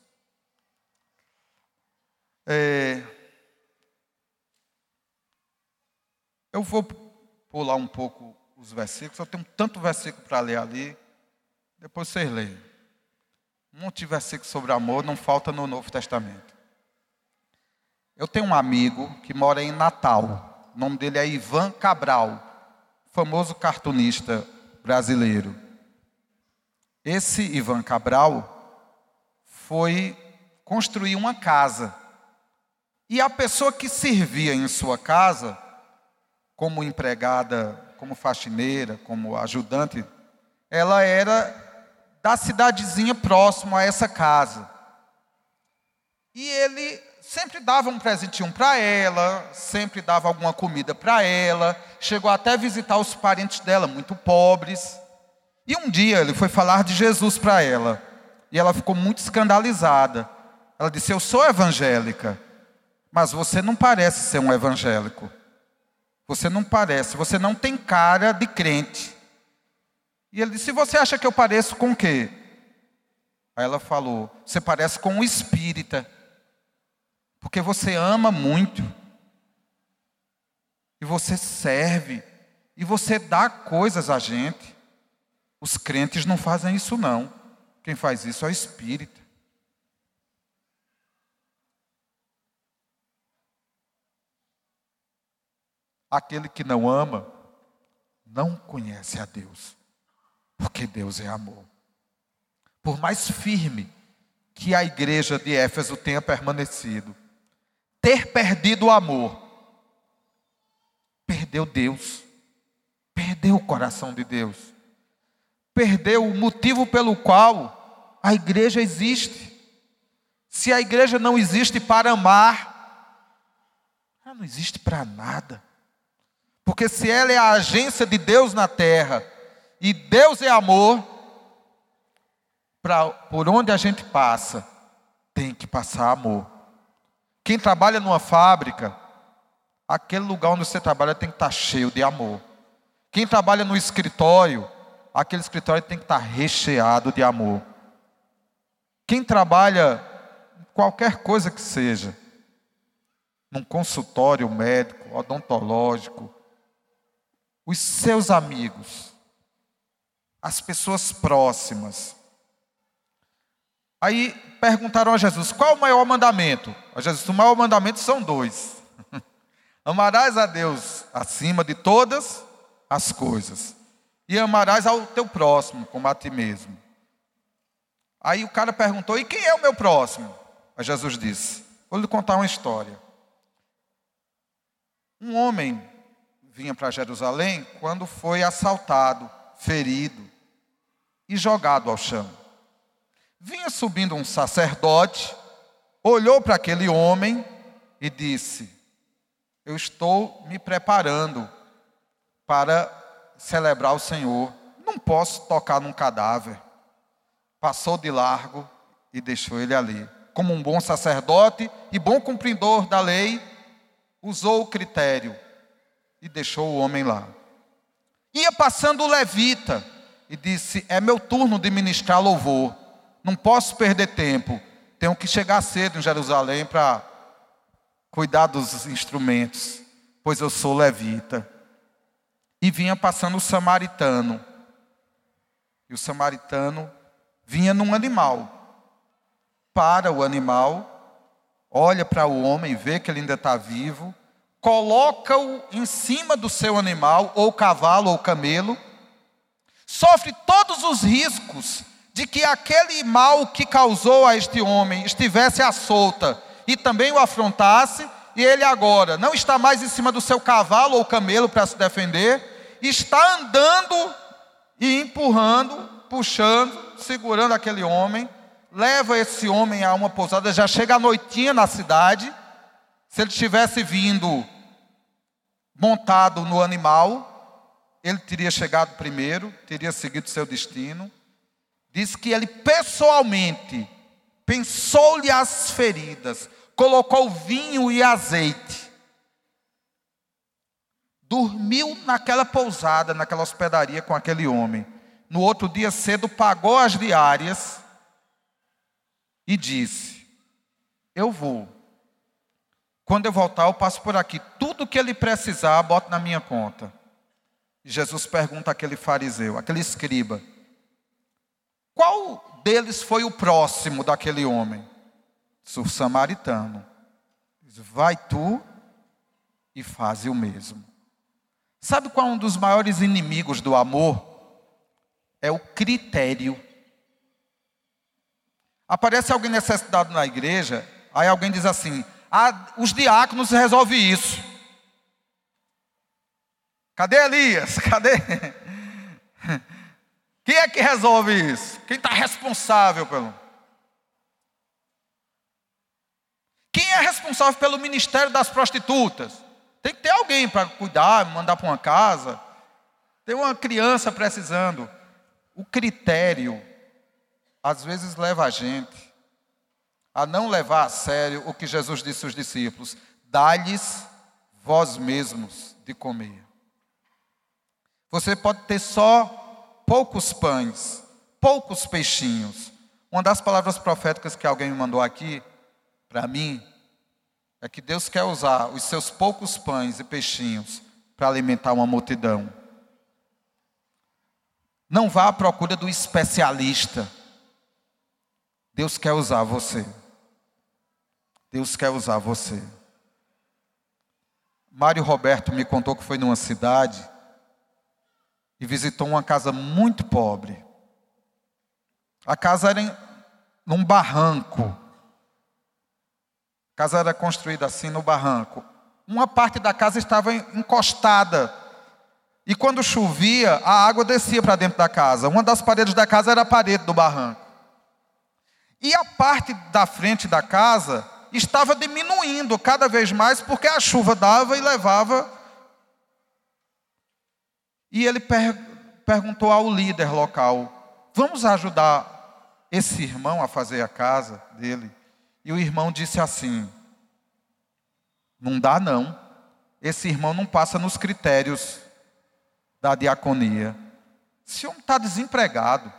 Eu vou pular um pouco os versículos. Eu tenho tanto versículo para ler ali. Depois vocês leem. Um monte de versículos sobre amor não falta no Novo Testamento. Eu tenho um amigo que mora em Natal. O nome dele é Ivan Cabral, famoso cartunista brasileiro. Esse Ivan Cabral foi construir uma casa. E a pessoa que servia em sua casa como empregada, como faxineira, como ajudante, ela era da cidadezinha próxima a essa casa. E ele sempre dava um presentinho para ela, sempre dava alguma comida para ela, chegou até a visitar os parentes dela, muito pobres. E um dia ele foi falar de Jesus para ela, e ela ficou muito escandalizada. Ela disse: eu sou evangélica, mas você não parece ser um evangélico. Você não parece, você não tem cara de crente. E ele disse: você acha que eu pareço com o quê? Aí ela falou: você parece com um espírita, porque você ama muito, e você serve, e você dá coisas a gente. Os crentes não fazem isso não. Quem faz isso é o espírita. Aquele que não ama, não conhece a Deus, porque Deus é amor. Por mais firme que a igreja de Éfeso tenha permanecido, ter perdido o amor, perdeu Deus, perdeu o coração de Deus, perdeu o motivo pelo qual a igreja existe. Se a igreja não existe para amar, ela não existe para nada. Porque se ela é a agência de Deus na terra, e Deus é amor, por onde a gente passa, tem que passar amor. Quem trabalha numa fábrica, aquele lugar onde você trabalha tem que estar cheio de amor. Quem trabalha no escritório, aquele escritório tem que estar recheado de amor. Quem trabalha em qualquer coisa que seja, num consultório médico, odontológico, os seus amigos, as pessoas próximas. Aí perguntaram a Jesus: qual o maior mandamento? A Jesus: o maior mandamento são 2. Amarás a Deus acima de todas as coisas, e amarás ao teu próximo como a ti mesmo. Aí o cara perguntou: e quem é o meu próximo? Aí Jesus disse: vou lhe contar uma história. Um homem vinha para Jerusalém quando foi assaltado, ferido e jogado ao chão. Vinha subindo um sacerdote, olhou para aquele homem e disse: eu estou me preparando para celebrar o Senhor, não posso tocar num cadáver. Passou de largo e deixou ele ali. Como um bom sacerdote e bom cumpridor da lei, usou o critério e deixou o homem lá. Ia passando o levita e disse: é meu turno de ministrar louvor, não posso perder tempo, tenho que chegar cedo em Jerusalém para cuidar dos instrumentos, pois eu sou levita. E vinha passando o samaritano, e o samaritano vinha num animal, para o animal, olha para o homem, vê que ele ainda está vivo, coloca-o em cima do seu animal, ou cavalo ou camelo, sofre todos os riscos de que aquele mal que causou a este homem estivesse à solta e também o afrontasse, e ele agora não está mais em cima do seu cavalo ou camelo para se defender, está andando e empurrando, puxando, segurando aquele homem, leva esse homem a uma pousada, já chega à noitinha na cidade. Se ele tivesse vindo montado no animal, ele teria chegado primeiro, teria seguido seu destino. Diz que ele pessoalmente pensou-lhe as feridas, colocou vinho e azeite, dormiu naquela pousada, naquela hospedaria com aquele homem. No outro dia cedo pagou as diárias e disse: eu vou. Quando eu voltar, eu passo por aqui. Tudo que ele precisar, boto na minha conta. E Jesus pergunta àquele fariseu, aquele escriba: qual deles foi o próximo daquele homem? Diz: o samaritano. Diz: vai tu e faze o mesmo. Sabe qual é um dos maiores inimigos do amor? É o critério. Aparece alguém necessitado na igreja, aí alguém diz assim: os diáconos resolvem isso. Cadê Elias? Cadê? Quem é que resolve isso? Quem está responsável pelo... Quem é responsável pelo ministério das prostitutas? Tem que ter alguém para cuidar, mandar para uma casa. Tem uma criança precisando. O critério, às vezes, leva a gente a não levar a sério o que Jesus disse aos discípulos: dá-lhes vós mesmos de comer. Você pode ter só poucos pães, poucos peixinhos. Uma das palavras proféticas que alguém me mandou aqui, para mim, é que Deus quer usar os seus poucos pães e peixinhos para alimentar uma multidão. Não vá à procura do especialista. Deus quer usar você. Deus quer usar você. Mário Roberto me contou que foi numa cidade e visitou uma casa muito pobre. A casa era num barranco. A casa era construída assim no barranco. Uma parte da casa estava encostada. E quando chovia, a água descia para dentro da casa. Uma das paredes da casa era a parede do barranco. E a parte da frente da casa estava diminuindo cada vez mais, porque a chuva dava e levava. E ele perguntou ao líder local: vamos ajudar esse irmão a fazer a casa dele? E o irmão disse assim: não dá não. Esse irmão não passa nos critérios da diaconia. Esse homem está desempregado.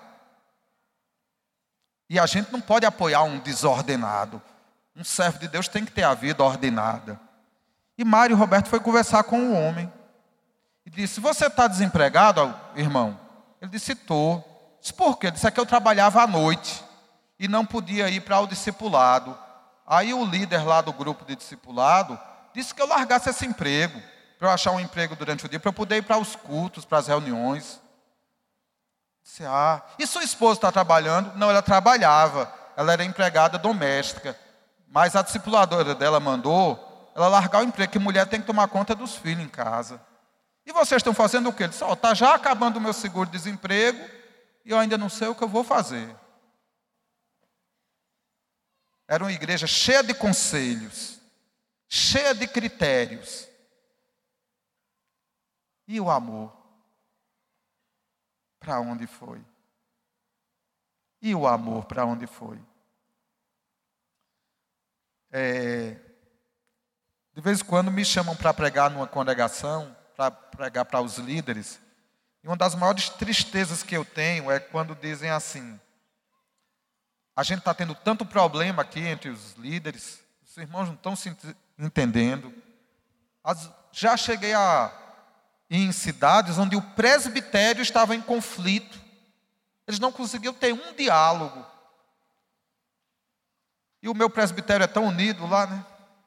E a gente não pode apoiar um desordenado. Um servo de Deus tem que ter a vida ordenada. E Mário Roberto foi conversar com o homem. E disse: você está desempregado, irmão? Ele disse: estou. Disse: por quê? Ele disse: é que eu trabalhava à noite e não podia ir para o discipulado. Aí o líder lá do grupo de discipulado disse que eu largasse esse emprego, para eu achar um emprego durante o dia, para eu poder ir para os cultos, para as reuniões. Disse: e sua esposa está trabalhando? Não, ela trabalhava, ela era empregada doméstica, mas a discipuladora dela mandou ela largar o emprego, que mulher tem que tomar conta dos filhos em casa. E vocês estão fazendo o quê? Ele disse: está já acabando o meu seguro-desemprego e eu ainda não sei o que eu vou fazer. Era uma igreja cheia de conselhos, cheia de critérios. E o amor? Para onde foi? E o amor para onde foi? De vez em quando me chamam para pregar numa congregação, para pregar para os líderes. E uma das maiores tristezas que eu tenho é quando dizem assim: a gente está tendo tanto problema aqui entre os líderes, os irmãos não estão se entendendo. Já cheguei em cidades onde o presbitério estava em conflito. Eles não conseguiam ter um diálogo. E o meu presbitério é tão unido lá, né?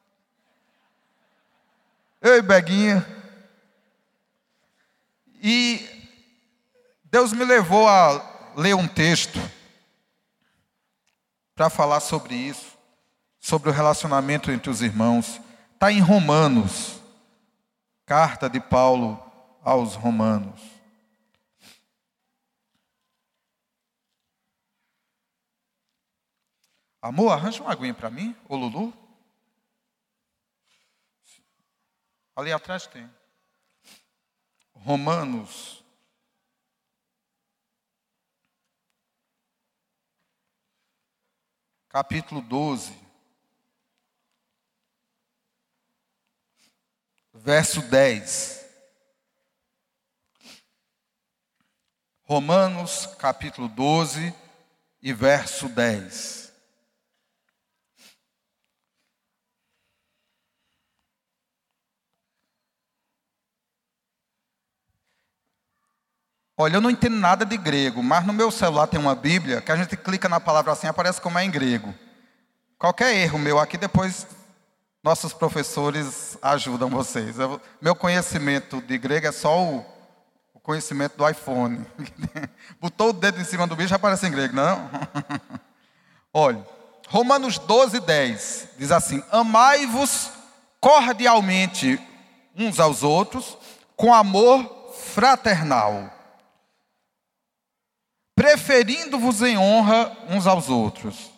Ei, Beguinha. E Deus me levou a ler um texto para falar sobre isso, sobre o relacionamento entre os irmãos. Está em Romanos, carta de Paulo aos Romanos. Amor, arranja uma aguinha para mim, ô Lulu. Ali atrás tem. Romanos, capítulo 12, verso 10. Romanos, capítulo 12 e verso 10. Olha, eu não entendo nada de grego, mas no meu celular tem uma Bíblia que a gente clica na palavra assim, aparece como é em grego. Qualquer erro meu aqui, depois nossos professores ajudam vocês. Meu conhecimento de grego é só o conhecimento do iPhone. Botou o dedo em cima do bicho, aparece em grego, não? Olha, Romanos 12, 10 diz assim: amai-vos cordialmente uns aos outros, com amor fraternal, preferindo-vos em honra uns aos outros.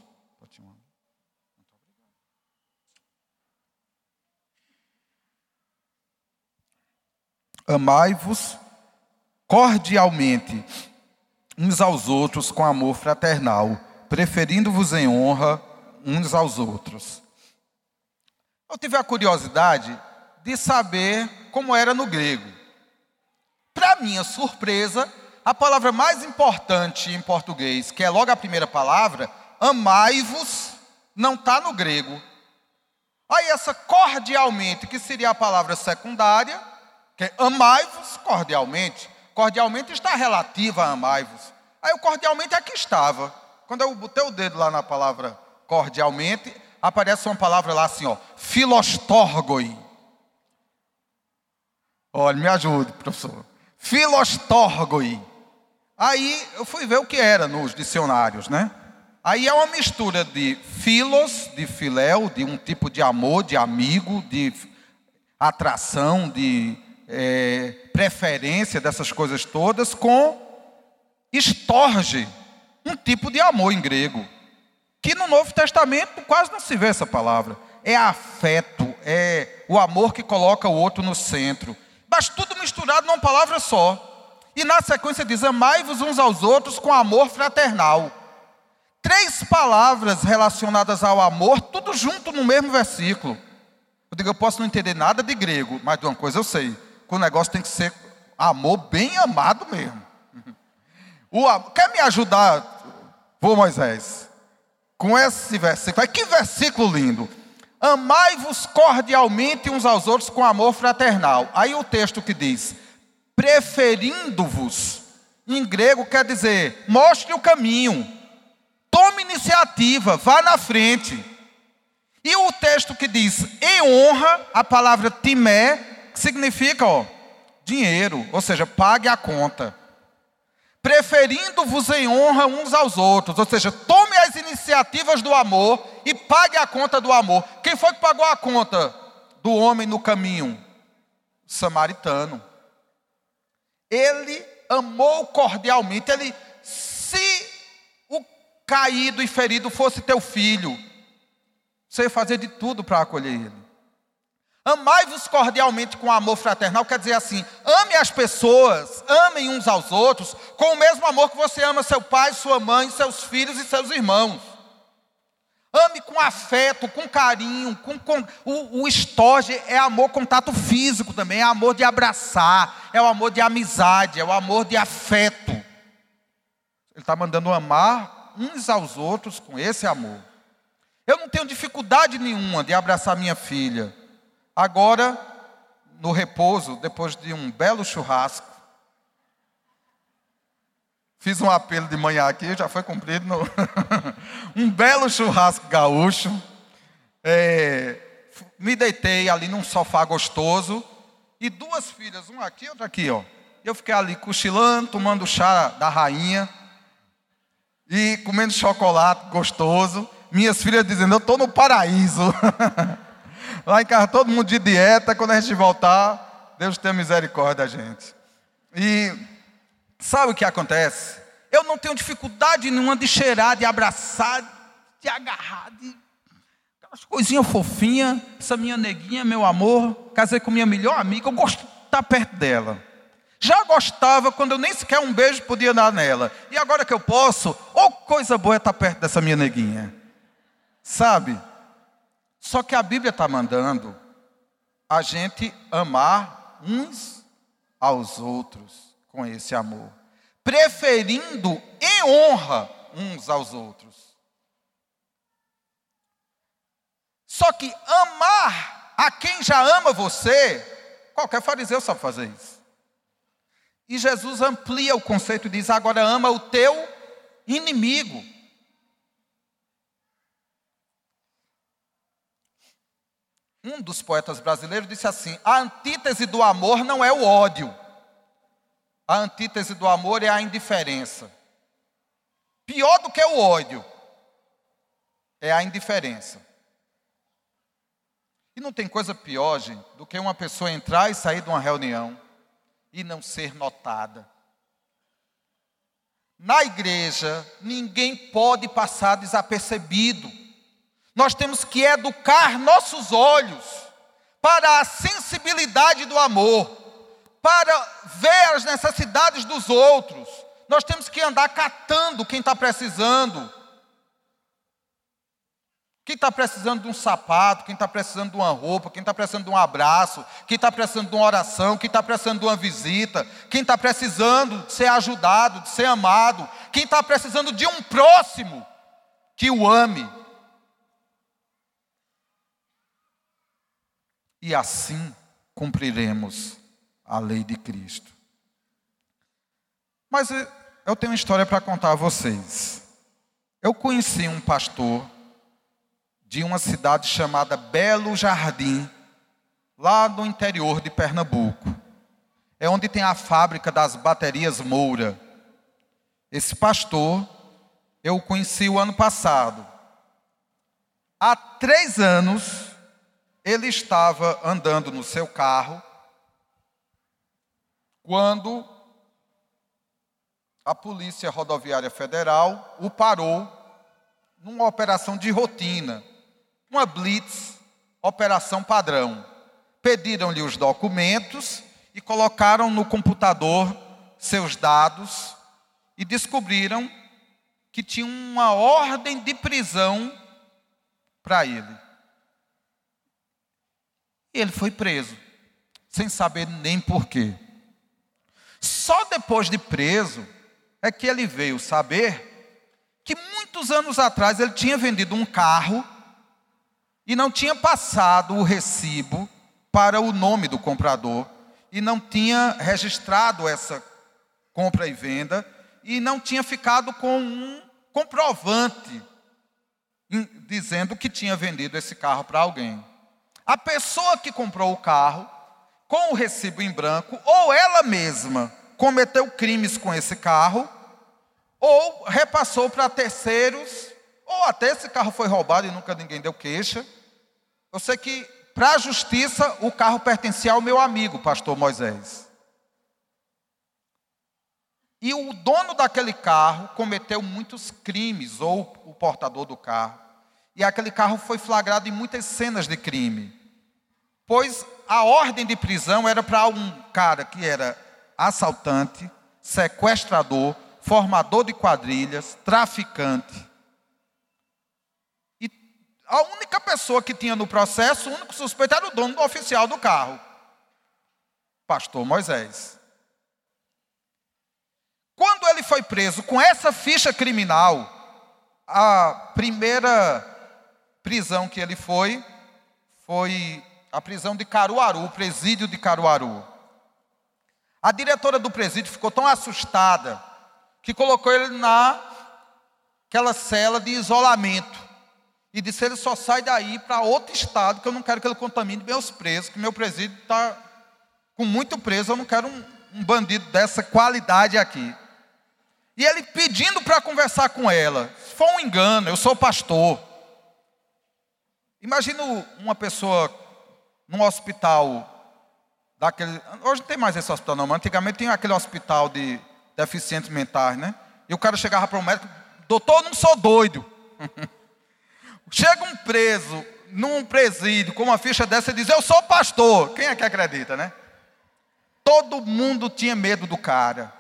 Amai-vos cordialmente uns aos outros com amor fraternal, preferindo-vos em honra uns aos outros. Eu tive a curiosidade de saber como era no grego. Para minha surpresa, a palavra mais importante em português, que é logo a primeira palavra, amai-vos, não está no grego. Aí essa cordialmente, que seria a palavra secundária, que é amai-vos cordialmente. Cordialmente está relativa a amai-vos. Aí o cordialmente aqui estava. Quando eu botei o dedo lá na palavra cordialmente, aparece uma palavra lá assim, ó, filostorgoi. Olha, me ajude, professor. Filostorgoi. Aí eu fui ver o que era nos dicionários, né? Aí é uma mistura de filos, de filéu, de um tipo de amor, de amigo, de atração, de preferência dessas coisas todas, com estorge, um tipo de amor em grego, que no Novo Testamento quase não se vê essa palavra. É afeto, é o amor que coloca o outro no centro, mas tudo misturado numa palavra só. E na sequência diz, amai-vos uns aos outros com amor fraternal. 3 palavras relacionadas ao amor, tudo junto no mesmo versículo. Eu digo, eu posso não entender nada de grego, mas de uma coisa eu sei, que o negócio tem que ser amor bem amado mesmo. Quer me ajudar, vô Moisés, com esse versículo? Que versículo lindo! Amai-vos cordialmente uns aos outros com amor fraternal. Aí o texto que diz, preferindo-vos, em grego quer dizer, mostre o caminho, tome iniciativa, vá na frente. E o texto que diz, em honra, a palavra timé, que significa, dinheiro, ou seja, pague a conta. Preferindo-vos em honra uns aos outros, ou seja, tome as iniciativas do amor e pague a conta do amor. Quem foi que pagou a conta do homem no caminho? O samaritano. Ele amou cordialmente. Se o caído e ferido fosse teu filho, você ia fazer de tudo para acolher ele. Amai-vos cordialmente com amor fraternal, quer dizer assim, ame as pessoas, amem uns aos outros, com o mesmo amor que você ama seu pai, sua mãe, seus filhos e seus irmãos. Ame com afeto, com carinho, o estorge é amor, contato físico também, é amor de abraçar, é o amor de amizade, é o amor de afeto. Ele está mandando amar uns aos outros com esse amor. Eu não tenho dificuldade nenhuma de abraçar minha filha. Agora, no repouso, depois de um belo churrasco, fiz um apelo de manhã aqui, já foi cumprido. Um belo churrasco gaúcho. Me deitei ali num sofá gostoso. E 2 filhas, uma aqui e outra aqui. Eu fiquei ali cochilando, tomando chá da rainha. E comendo chocolate gostoso. Minhas filhas dizendo, eu estou no paraíso. Lá em casa todo mundo de dieta. Quando a gente voltar, Deus tenha misericórdia da gente. E sabe o que acontece? Eu não tenho dificuldade nenhuma de cheirar, de abraçar, de agarrar, de aquelas coisinhas fofinhas. Essa minha neguinha, meu amor, casei com minha melhor amiga, eu gosto de estar perto dela. Já gostava quando eu nem sequer um beijo podia dar nela. E agora que eu posso, coisa boa é estar perto dessa minha neguinha. Sabe? Só que a Bíblia está mandando a gente amar uns aos outros com esse amor, preferindo em honra uns aos outros. Só que amar a quem já ama você, qualquer fariseu sabe fazer isso. E Jesus amplia o conceito e diz, agora ama o teu inimigo. Um dos poetas brasileiros disse assim, a antítese do amor não é o ódio. A antítese do amor é a indiferença. Pior do que o ódio é a indiferença. E não tem coisa pior, gente, do que uma pessoa entrar e sair de uma reunião e não ser notada. Na igreja, ninguém pode passar desapercebido. Nós temos que educar nossos olhos para a sensibilidade do amor, para ver as necessidades dos outros. Nós temos que andar catando quem está precisando. Quem está precisando de um sapato, quem está precisando de uma roupa, quem está precisando de um abraço, quem está precisando de uma oração, quem está precisando de uma visita, quem está precisando de ser ajudado, de ser amado, quem está precisando de um próximo que o ame. E assim cumpriremos a lei de Cristo. Mas eu tenho uma história para contar a vocês. Eu conheci um pastor de uma cidade chamada Belo Jardim, lá no interior de Pernambuco. É onde tem a fábrica das baterias Moura. Esse pastor, eu o conheci o ano passado. Há 3 anos, ele estava andando no seu carro, quando a Polícia Rodoviária Federal o parou numa operação de rotina, uma blitz, operação padrão. Pediram-lhe os documentos e colocaram no computador seus dados e descobriram que tinha uma ordem de prisão para ele. E ele foi preso, sem saber nem porquê. Só depois de preso é que ele veio saber que muitos anos atrás ele tinha vendido um carro e não tinha passado o recibo para o nome do comprador e não tinha registrado essa compra e venda e não tinha ficado com um comprovante dizendo que tinha vendido esse carro para alguém. A pessoa que comprou o carro com o recibo em branco, ou ela mesma cometeu crimes com esse carro, ou repassou para terceiros, ou até esse carro foi roubado e nunca ninguém deu queixa. Eu sei que, para a justiça, o carro pertencia ao meu amigo, pastor Moisés. E o dono daquele carro cometeu muitos crimes, ou o portador do carro. E aquele carro foi flagrado em muitas cenas de crime. Pois a ordem de prisão era para um cara que era assaltante, sequestrador, formador de quadrilhas, traficante. E a única pessoa que tinha no processo, o único suspeito era o dono do oficial do carro, pastor Moisés. Quando ele foi preso com essa ficha criminal, a primeira prisão que ele foi a prisão de Caruaru, o presídio de Caruaru. A diretora do presídio ficou tão assustada que colocou ele naquela cela de isolamento e disse: ele só sai daí para outro estado, que eu não quero que ele contamine meus presos, que meu presídio está com muito preso, eu não quero um bandido dessa qualidade aqui. E ele pedindo para conversar com ela. Foi um engano, eu sou pastor. Imagina uma pessoa num hospital daquele... Hoje não tem mais esse hospital não, mas antigamente tinha aquele hospital de deficientes mentais, né? E o cara chegava para o médico: doutor, eu não sou doido. Chega um preso num presídio com uma ficha dessa e diz: eu sou pastor. Quem é que acredita, né? Todo mundo tinha medo do cara.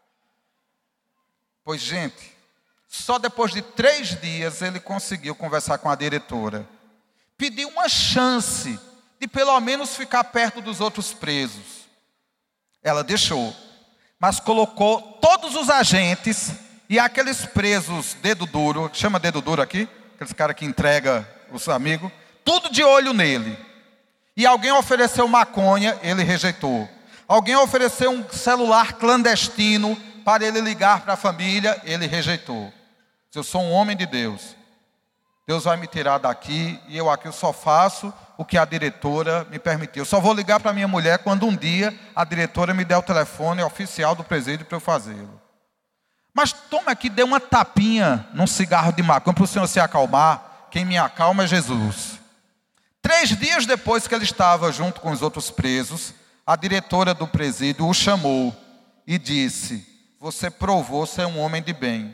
Pois, gente, só depois de 3 dias ele conseguiu conversar com a diretora. Pediu uma chance de pelo menos ficar perto dos outros presos. Ela deixou, mas colocou todos os agentes e aqueles presos dedo duro, chama dedo duro aqui, aqueles caras que entregam os amigos, tudo de olho nele. E alguém ofereceu maconha, ele rejeitou. Alguém ofereceu um celular clandestino para ele ligar para a família, ele rejeitou. Eu sou um homem de Deus. Deus vai me tirar daqui e eu aqui só faço o que a diretora me permitiu. Eu só vou ligar para minha mulher quando um dia a diretora me der o telefone oficial do presídio para eu fazê-lo. Mas toma aqui, dê uma tapinha num cigarro de maconha para o senhor se acalmar. Quem me acalma é Jesus. 3 dias depois que ele estava junto com os outros presos, a diretora do presídio o chamou e disse: você provou ser um homem de bem.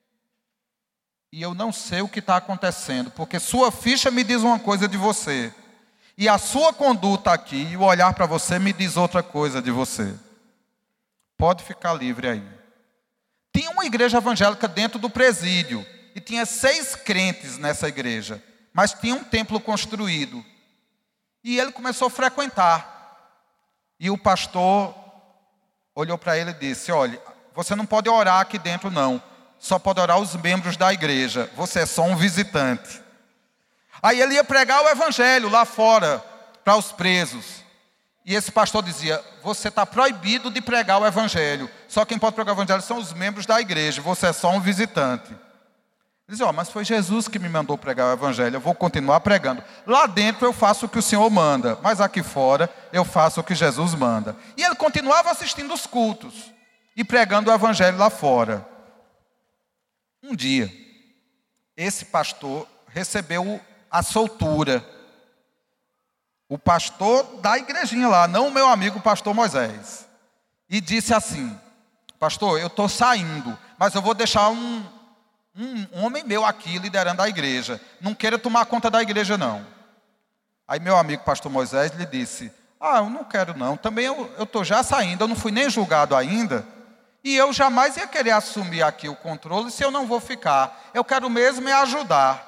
E eu não sei o que está acontecendo, porque sua ficha me diz uma coisa de você. E a sua conduta aqui, e o olhar para você, me diz outra coisa de você. Pode ficar livre aí. Tinha uma igreja evangélica dentro do presídio. E tinha 6 crentes nessa igreja. Mas tinha um templo construído. E ele começou a frequentar. E o pastor olhou para ele e disse: olha, você não pode orar aqui dentro não. Só pode orar os membros da igreja. Você é só um visitante. Aí ele ia pregar o evangelho lá fora, para os presos. E esse pastor dizia: você está proibido de pregar o evangelho. Só quem pode pregar o evangelho são os membros da igreja. Você é só um visitante. Ele dizia: mas foi Jesus que me mandou pregar o evangelho. Eu vou continuar pregando. Lá dentro eu faço o que o Senhor manda. Mas aqui fora eu faço o que Jesus manda. E ele continuava assistindo os cultos. E pregando o evangelho lá fora. Um dia, esse pastor recebeu a soltura. O pastor da igrejinha lá, não o meu amigo pastor Moisés. E disse assim: pastor, eu estou saindo, mas eu vou deixar um homem meu aqui liderando a igreja. Não queira tomar conta da igreja não. Aí meu amigo pastor Moisés lhe disse: eu não quero não. Também eu estou já saindo, eu não fui nem julgado ainda. E eu jamais ia querer assumir aqui o controle se eu não vou ficar. Eu quero mesmo é ajudar.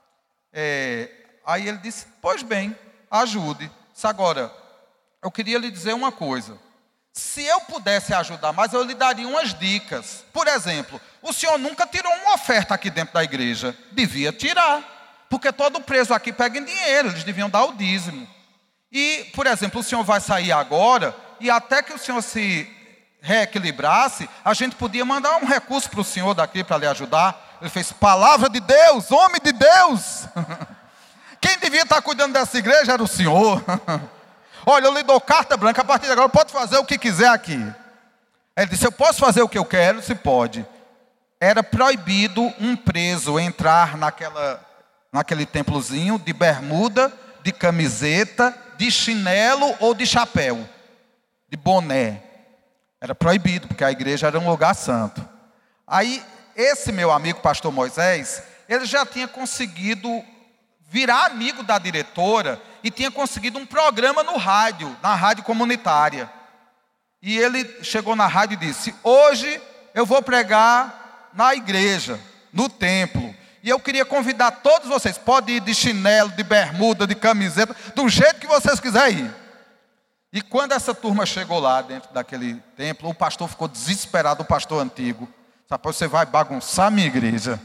Aí ele disse: pois bem, ajude. Agora, eu queria lhe dizer uma coisa. Se eu pudesse ajudar mais, eu lhe daria umas dicas. Por exemplo, o senhor nunca tirou uma oferta aqui dentro da igreja. Devia tirar. Porque todo preso aqui pega em dinheiro. Eles deviam dar o dízimo. E, por exemplo, o senhor vai sair agora. E até que o senhor se reequilibrasse, a gente podia mandar um recurso para o senhor daqui para lhe ajudar. Ele fez: palavra de Deus, homem de Deus. Quem devia estar cuidando dessa igreja era o senhor. Olha, eu lhe dou carta branca, a partir de agora pode fazer o que quiser aqui. Ele disse: eu posso fazer o que eu quero? Se pode. Era proibido um preso entrar naquele templozinho de bermuda, de camiseta, de chinelo ou de chapéu, de boné. Era proibido, porque a igreja era um lugar santo. Aí, esse meu amigo, pastor Moisés, ele já tinha conseguido virar amigo da diretora e tinha conseguido um programa no rádio, na rádio comunitária. E ele chegou na rádio e disse: hoje eu vou pregar na igreja, no templo. E eu queria convidar todos vocês, pode ir de chinelo, de bermuda, de camiseta, do jeito que vocês quiserem ir. E quando essa turma chegou lá dentro daquele templo, o pastor ficou desesperado, o pastor antigo. Sabe, você vai bagunçar a minha igreja.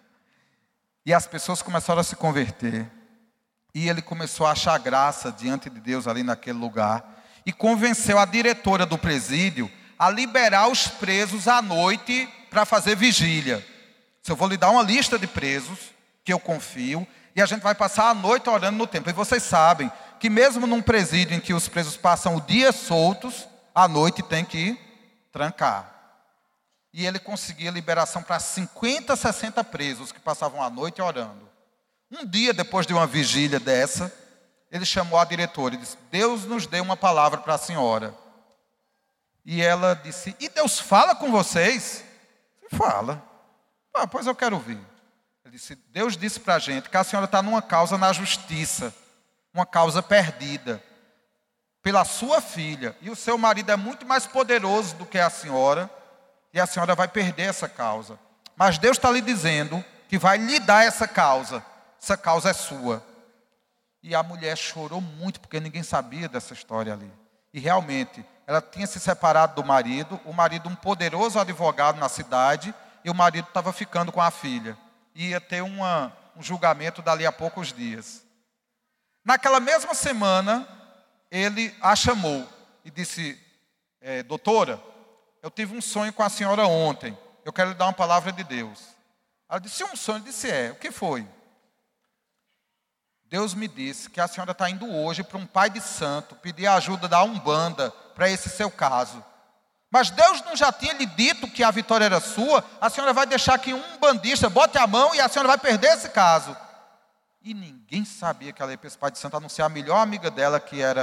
E as pessoas começaram a se converter. E ele começou a achar graça diante de Deus ali naquele lugar. E convenceu a diretora do presídio a liberar os presos à noite para fazer vigília. Eu vou lhe dar uma lista de presos que eu confio. E a gente vai passar a noite orando no templo. E vocês sabem que mesmo num presídio em que os presos passam o dia soltos, à noite tem que trancar. E ele conseguia liberação para 50, 60 presos que passavam a noite orando. Um dia depois de uma vigília dessa, ele chamou a diretora e disse: Deus nos deu uma palavra para a senhora. E ela disse: e Deus fala com vocês? Fala. Pois eu quero ouvir. Ele disse: Deus disse para a gente que a senhora está numa causa na justiça, uma causa perdida, pela sua filha. E o seu marido é muito mais poderoso do que a senhora, e a senhora vai perder essa causa. Mas Deus está lhe dizendo que vai lhe dar essa causa é sua. E a mulher chorou muito, porque ninguém sabia dessa história ali. E realmente, ela tinha se separado do marido, o marido um poderoso advogado na cidade, e o marido estava ficando com a filha. Ia ter um julgamento dali a poucos dias. Naquela mesma semana, ele a chamou e disse: doutora, eu tive um sonho com a senhora ontem, eu quero lhe dar uma palavra de Deus. Ela disse: um sonho? Ele disse: o que foi? Deus me disse que a senhora está indo hoje para um pai de santo, pedir a ajuda da Umbanda para esse seu caso. Mas Deus não já tinha lhe dito que a vitória era sua? A senhora vai deixar que um umbandista bote a mão e a senhora vai perder esse caso. E ninguém sabia que ela ia para esse pai de santo, a não ser a melhor amiga dela, que era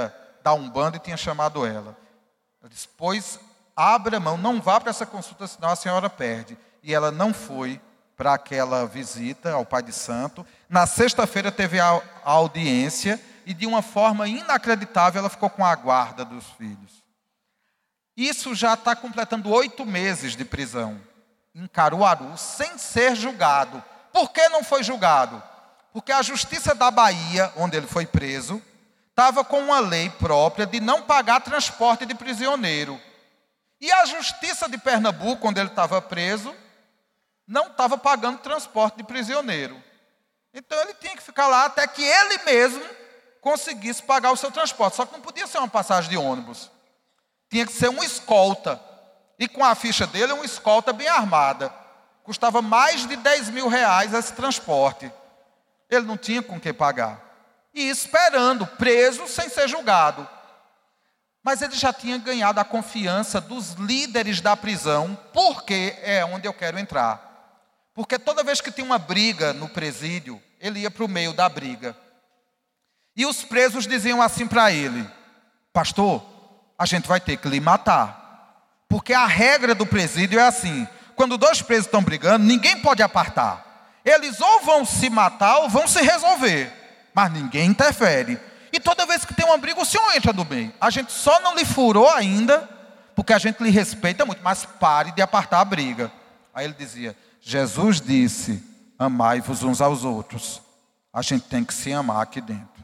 da Umbanda e tinha chamado ela. Ela disse, pois abra mão, não vá para essa consulta, senão a senhora perde. E ela não foi para aquela visita ao Pai de Santo. Na sexta-feira teve a audiência e de uma forma inacreditável ela ficou com a guarda dos filhos. Isso já está completando 8 meses de prisão em Caruaru, sem ser julgado. Por que não foi julgado? Porque a Justiça da Bahia, onde ele foi preso, estava com uma lei própria de não pagar transporte de prisioneiro. E a Justiça de Pernambuco, onde ele estava preso, não estava pagando transporte de prisioneiro. Então ele tinha que ficar lá até que ele mesmo conseguisse pagar o seu transporte. Só que não podia ser uma passagem de ônibus. Tinha que ser uma escolta. E com a ficha dele, uma escolta bem armada. Custava mais de 10 mil reais esse transporte. Ele não tinha com que pagar. E esperando, preso, sem ser julgado. Mas ele já tinha ganhado a confiança dos líderes da prisão, porque é onde eu quero entrar. Porque toda vez que tinha uma briga no presídio, ele ia para o meio da briga. E os presos diziam assim para ele, pastor, a gente vai ter que lhe matar. Porque a regra do presídio é assim, quando 2 presos estão brigando, ninguém pode apartar. Eles ou vão se matar ou vão se resolver, mas ninguém interfere. E toda vez que tem uma briga, o senhor entra no meio. A gente só não lhe furou ainda, porque a gente lhe respeita muito, mas pare de apartar a briga. Aí ele dizia, Jesus disse, amai-vos uns aos outros. A gente tem que se amar aqui dentro.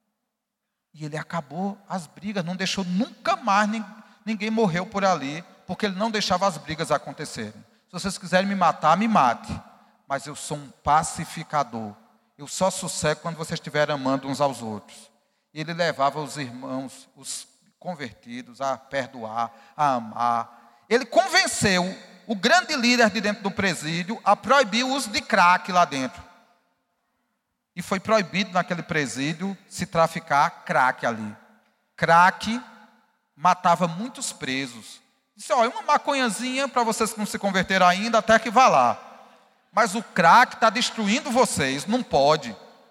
E ele acabou as brigas, não deixou nunca mais, ninguém morreu por ali, porque ele não deixava as brigas acontecerem. Se vocês quiserem me matar, me mate. Mas eu sou um pacificador. Eu só sossego quando vocês estiverem amando uns aos outros. Ele levava os irmãos, os convertidos, a perdoar, a amar. Ele convenceu o grande líder de dentro do presídio a proibir o uso de crack lá dentro. E foi proibido naquele presídio se traficar crack ali. Crack matava muitos presos. Disse, olha, uma maconhazinha para vocês que não se converteram ainda, até que vá lá. Mas o crack está destruindo vocês, não pode.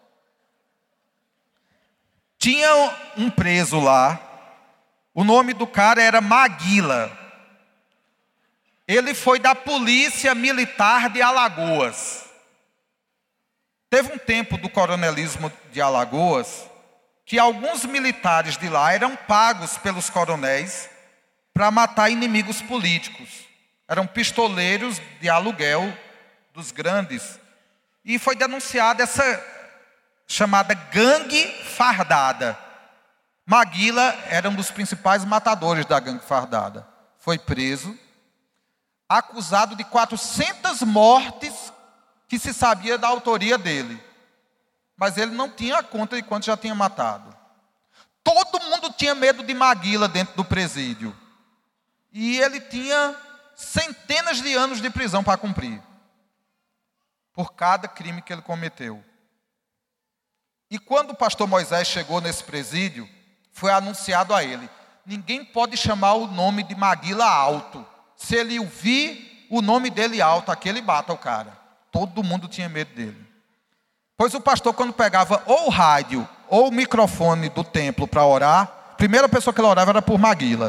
Tinha um preso lá, o nome do cara era Maguila. Ele foi da Polícia Militar de Alagoas. Teve um tempo do coronelismo de Alagoas que alguns militares de lá eram pagos pelos coronéis para matar inimigos políticos. Eram pistoleiros de aluguel dos grandes. E foi denunciada essa chamada gangue fardada. Maguila era um dos principais matadores da gangue fardada. Foi preso, acusado de 400 mortes que se sabia da autoria dele. Mas ele não tinha a conta de quanto já tinha matado. Todo mundo tinha medo de Maguila dentro do presídio. E ele tinha centenas de anos de prisão para cumprir. Por cada crime que ele cometeu. E quando o pastor Moisés chegou nesse presídio, foi anunciado a ele, ninguém pode chamar o nome de Maguila alto. Se ele ouvir o nome dele alto, aquele mata o cara. Todo mundo tinha medo dele. Pois o pastor, quando pegava ou o rádio ou o microfone do templo para orar, a primeira pessoa que ele orava era por Maguila.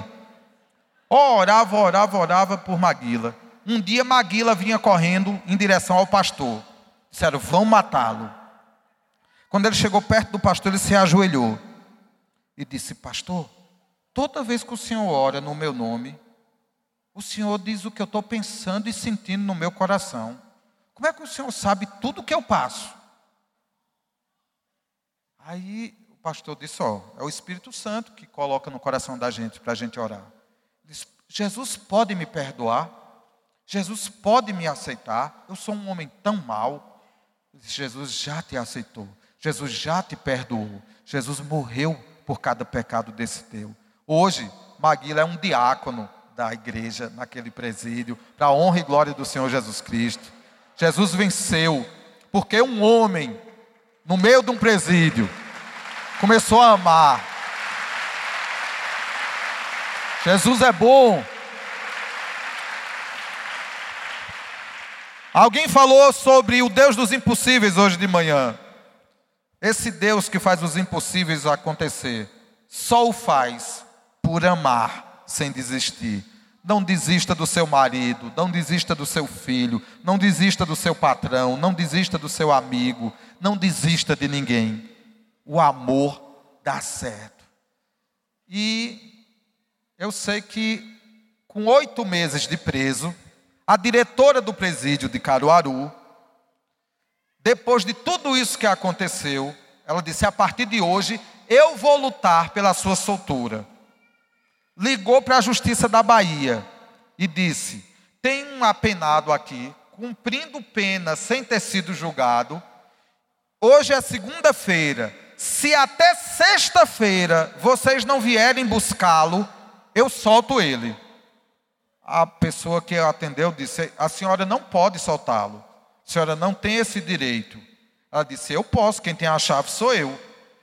Orava por Maguila. Um dia Maguila vinha correndo em direção ao pastor. Disseram, vão matá-lo. Quando ele chegou perto do pastor, ele se ajoelhou. E disse, pastor, toda vez que o senhor ora no meu nome, o senhor diz o que eu estou pensando e sentindo no meu coração. Como é que o senhor sabe tudo o que eu passo? Aí o pastor disse, é o Espírito Santo que coloca no coração da gente para a gente orar. Ele disse, Jesus pode me perdoar? Jesus pode me aceitar? Eu sou um homem tão mau. Ele disse, Jesus já te aceitou. Jesus já te perdoou. Jesus morreu por cada pecado desse teu. Hoje, Maguila é um diácono da igreja naquele presídio, para a honra e glória do Senhor Jesus Cristo. Jesus venceu, porque um homem, no meio de um presídio, começou a amar. Jesus é bom. Alguém falou sobre o Deus dos impossíveis hoje de manhã. Esse Deus que faz os impossíveis acontecer. só o faz por amar sem desistir. Não desista do seu marido, não desista do seu filho, não desista do seu patrão, não desista do seu amigo, não desista de ninguém. O amor dá certo. E eu sei que com 8 meses de preso, a diretora do presídio de Caruaru, depois de tudo isso que aconteceu, ela disse: a partir de hoje eu vou lutar pela sua soltura. Ligou para a Justiça da Bahia e disse: tem um apenado aqui, cumprindo pena sem ter sido julgado. Hoje é segunda-feira. Se até sexta-feira vocês não vierem buscá-lo, eu solto ele. A pessoa que atendeu disse: a senhora não pode soltá-lo. A senhora não tem esse direito. Ela disse: eu posso, quem tem a chave sou eu.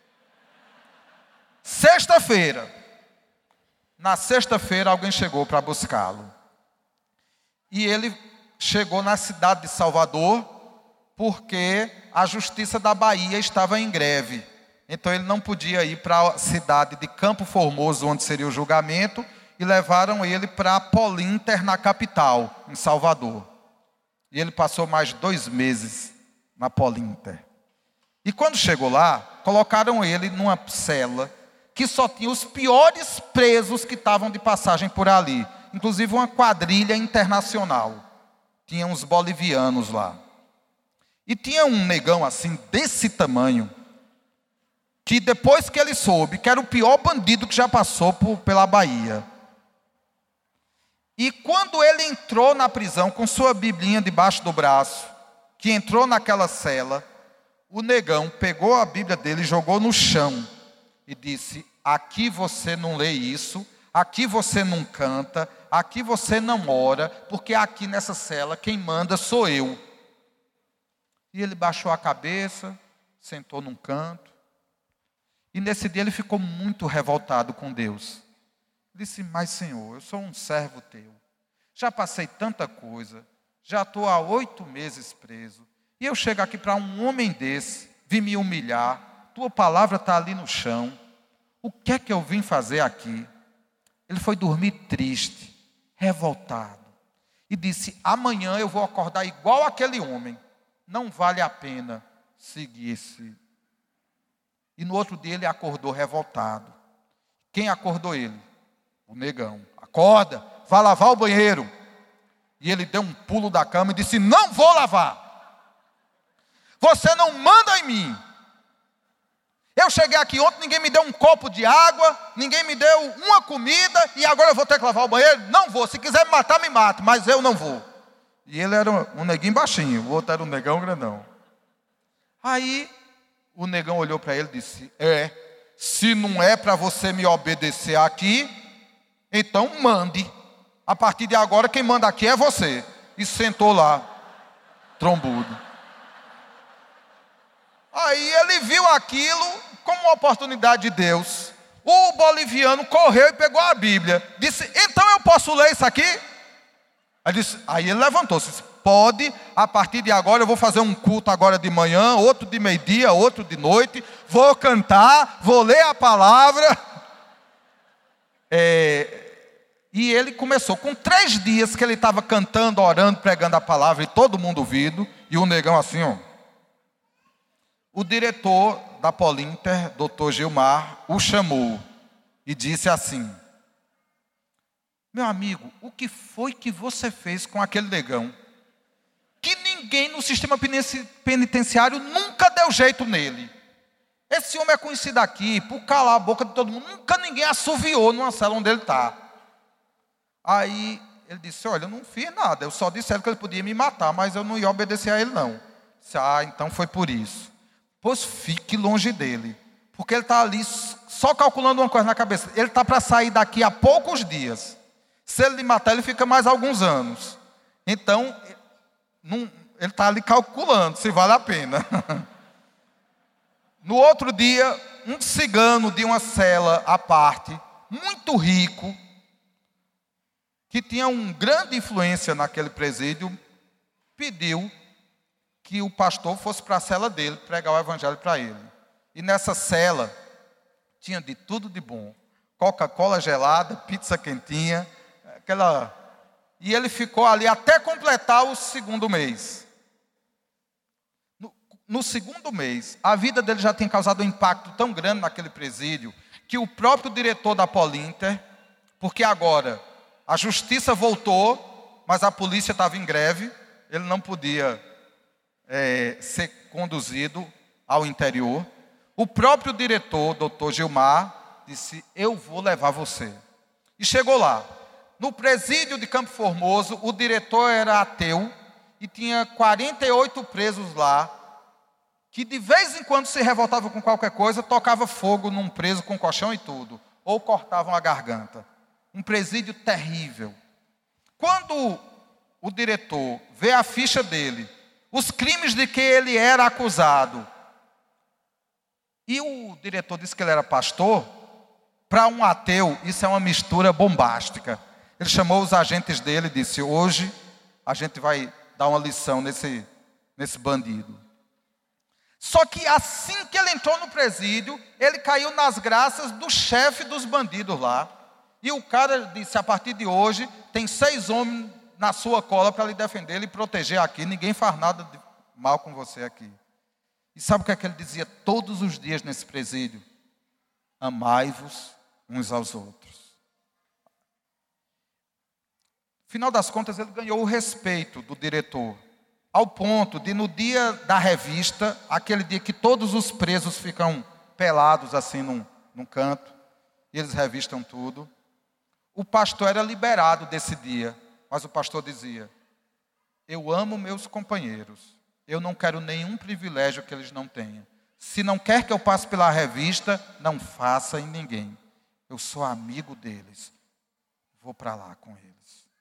Sexta-feira. Na sexta-feira alguém chegou para buscá-lo. E ele chegou na cidade de Salvador, porque a Justiça da Bahia estava em greve. Então ele não podia ir para a cidade de Campo Formoso, onde seria o julgamento, e levaram ele para Polinter, na capital, em Salvador. E ele passou mais 2 meses na Polinter. E quando chegou lá, colocaram ele numa cela que só tinha os piores presos que estavam de passagem por ali. Inclusive uma quadrilha internacional. Tinha uns bolivianos lá. E tinha um negão assim, desse tamanho, que depois que ele soube que era o pior bandido que já passou pela Bahia. E quando ele entrou na prisão com sua biblinha debaixo do braço, que entrou naquela cela, o negão pegou a Bíblia dele e jogou no chão e disse: aqui você não lê isso, aqui você não canta, aqui você não ora, porque aqui nessa cela quem manda sou eu. E ele baixou a cabeça, sentou num canto, e nesse dia ele ficou muito revoltado com Deus. Disse: mas Senhor, eu sou um servo teu, já passei tanta coisa, já estou há 8 meses preso, e eu chego aqui para um homem desse, vim me humilhar, tua palavra está ali no chão, o que é que eu vim fazer aqui? Ele foi dormir triste, revoltado, e disse: amanhã eu vou acordar igual aquele homem, não vale a pena seguir esse. E no outro dia ele acordou revoltado. Quem acordou ele? O negão. Acorda, vá lavar o banheiro. E ele deu um pulo da cama e disse: não vou lavar. Você não manda em mim. Eu cheguei aqui ontem, ninguém me deu um copo de água, ninguém me deu uma comida, e agora eu vou ter que lavar o banheiro? Não vou. Se quiser me matar, me mate, mas eu não vou. E ele era um neguinho baixinho, o outro era um negão grandão. Aí o negão olhou para ele e disse: se não é para você me obedecer aqui, então mande. A partir de agora quem manda aqui é você. E sentou lá, trombudo. Aí ele viu aquilo como uma oportunidade de Deus. O boliviano correu e pegou a Bíblia. Disse: então eu posso ler isso aqui? Aí ele levantou-se, disse: pode, a partir de agora eu vou fazer um culto agora de manhã, outro de meio-dia, outro de noite, vou cantar, vou ler a palavra. E ele começou, com 3 dias que ele estava cantando, orando, pregando a palavra, e todo mundo ouvindo, e o negão assim, ó. O diretor da Polinter, Dr. Gilmar, o chamou e disse assim: meu amigo, o que foi que você fez com aquele negão? Que ninguém no sistema penitenciário nunca deu jeito nele. Esse homem é conhecido aqui por calar a boca de todo mundo. Nunca ninguém assoviou numa cela onde ele está. Aí ele disse: olha, eu não fiz nada. Eu só disse a ele que ele podia me matar, mas eu não ia obedecer a ele não. Disse: então foi por isso. Pois fique longe dele. Porque ele está ali só calculando uma coisa na cabeça. Ele está para sair daqui a poucos dias. Se ele lhe matar, ele fica mais alguns anos. Então, ele está ali calculando se vale a pena. No outro dia, um cigano de uma cela à parte, muito rico, que tinha uma grande influência naquele presídio, pediu que o pastor fosse para a cela dele, pregar o evangelho para ele. E nessa cela, Tinha de tudo de bom. Coca-Cola gelada, pizza quentinha, E ele ficou ali até completar o segundo mês. No segundo mês, a vida dele já tinha causado um impacto tão grande naquele presídio, que o próprio diretor da Polinter, porque agora a justiça voltou, mas a polícia estava em greve, ele não podia ser conduzido ao interior. O próprio diretor, doutor Gilmar, disse: eu vou levar você. E chegou lá. No presídio de Campo Formoso, o diretor era ateu e tinha 48 presos lá, que de vez em quando se revoltavam com qualquer coisa, tocava fogo num preso com colchão e tudo, ou cortavam a garganta. Um presídio terrível. Quando o diretor vê a ficha dele, os crimes de que ele era acusado, e o diretor disse que ele era pastor, para um ateu isso é uma mistura bombástica. Ele chamou os agentes dele e disse: hoje a gente vai dar uma lição nesse bandido. Só que assim que ele entrou no presídio, ele caiu nas graças do chefe dos bandidos lá. E o cara disse: a partir de hoje, tem 6 homens na sua cola para lhe defender, lhe proteger aqui. Ninguém faz nada de mal com você aqui. E sabe o que é que ele dizia todos os dias nesse presídio? Amai-vos uns aos outros. Final das contas, ele ganhou o respeito do diretor, ao ponto de, no dia da revista, aquele dia que todos os presos ficam pelados assim num canto, e eles revistam tudo, o pastor era liberado desse dia, mas o pastor dizia: eu amo meus companheiros, eu não quero nenhum privilégio que eles não tenham. Se não quer que eu passe pela revista, não faça em ninguém. Eu sou amigo deles, vou para lá com eles.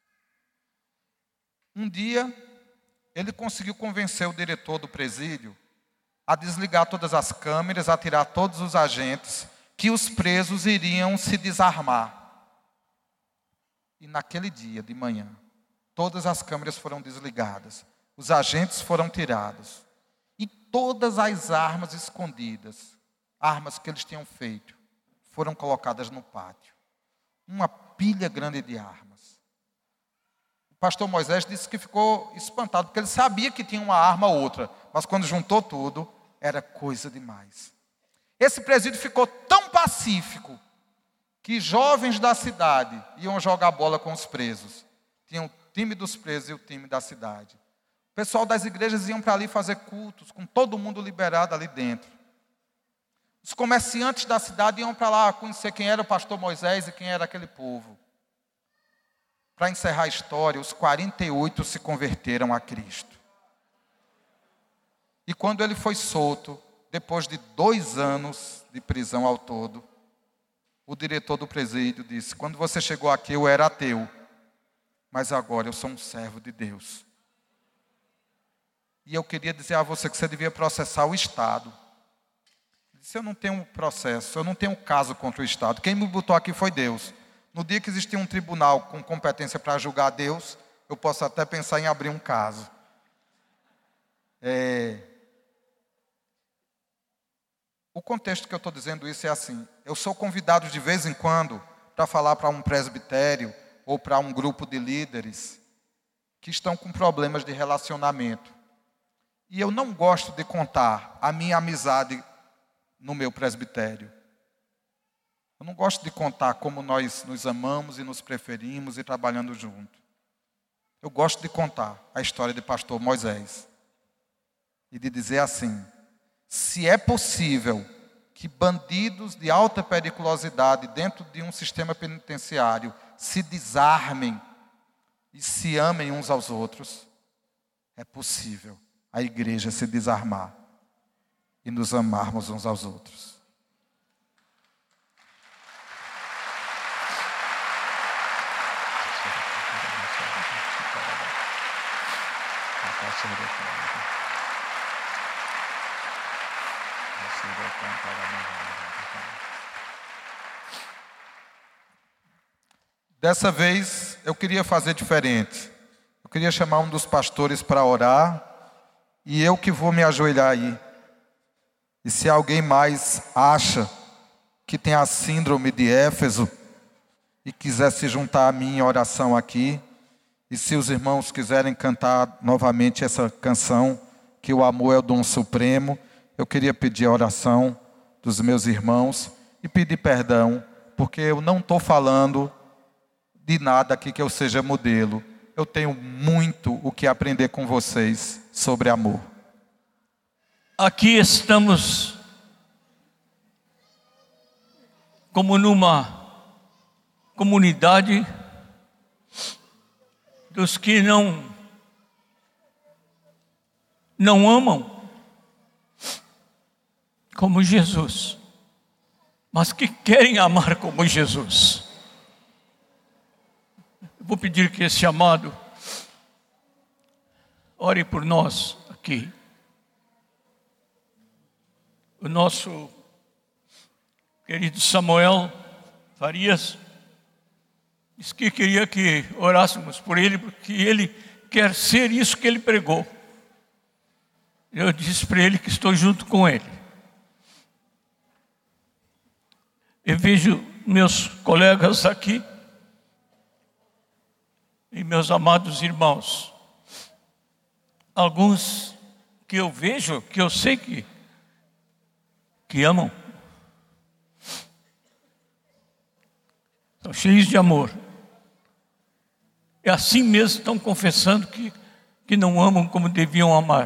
Um dia, ele conseguiu convencer o diretor do presídio a desligar todas as câmeras, a tirar todos os agentes, que os presos iriam se desarmar. E naquele dia de manhã, todas as câmeras foram desligadas, os agentes foram tirados, e todas as armas escondidas, armas que eles tinham feito, foram colocadas no pátio. Uma pilha grande de armas. O pastor Moisés disse que ficou espantado, porque ele sabia que tinha uma arma ou outra, mas quando juntou tudo, era coisa demais. Esse presídio ficou tão pacífico, que jovens da cidade iam jogar bola com os presos. Tinha o time dos presos e o time da cidade. O pessoal das igrejas iam para ali fazer cultos, com todo mundo liberado ali dentro. Os comerciantes da cidade iam para lá conhecer quem era o pastor Moisés e quem era aquele povo. Para encerrar a história, os 48 se converteram a Cristo. E quando ele foi solto, depois de 2 anos de prisão ao todo, o diretor do presídio disse: quando você chegou aqui eu era ateu, mas agora eu sou um servo de Deus. E eu queria dizer a você que você devia processar o Estado. Ele disse: eu não tenho processo, eu não tenho caso contra o Estado. Quem me botou aqui foi Deus. No dia que existia um tribunal com competência para julgar Deus, eu posso até pensar em abrir um caso. O contexto que eu estou dizendo isso é assim: eu sou convidado de vez em quando para falar para um presbitério ou para um grupo de líderes que estão com problemas de relacionamento. E eu não gosto de contar a minha amizade no meu presbitério. Eu não gosto de contar como nós nos amamos e nos preferimos e trabalhando junto. Eu gosto de contar a história de pastor Moisés. E de dizer assim: se é possível que bandidos de alta periculosidade dentro de um sistema penitenciário se desarmem e se amem uns aos outros, é possível a igreja se desarmar e nos amarmos uns aos outros. Dessa vez eu queria fazer diferente. Eu queria chamar um dos pastores para orar e eu que vou me ajoelhar aí. E se alguém mais acha que tem a síndrome de Éfeso e quiser se juntar a mim em oração aqui, e se os irmãos quiserem cantar novamente essa canção, que o amor é o dom supremo, eu queria pedir a oração dos meus irmãos e pedir perdão, porque eu não estou falando de nada aqui que eu seja modelo. Eu tenho muito o que aprender com vocês sobre amor. Aqui estamos como numa comunidade dos que não amam como Jesus, mas que querem amar como Jesus. Eu vou pedir que esse amado ore por nós aqui. O nosso querido Samuel Farias disse que queria que orássemos por ele, porque ele quer ser isso que ele pregou. Eu disse para ele que estou junto com ele. Eu vejo meus colegas aqui e meus amados irmãos. Alguns que eu vejo, que eu sei que amam. Estão cheios de amor. É assim mesmo, estão confessando que não amam como deviam amar.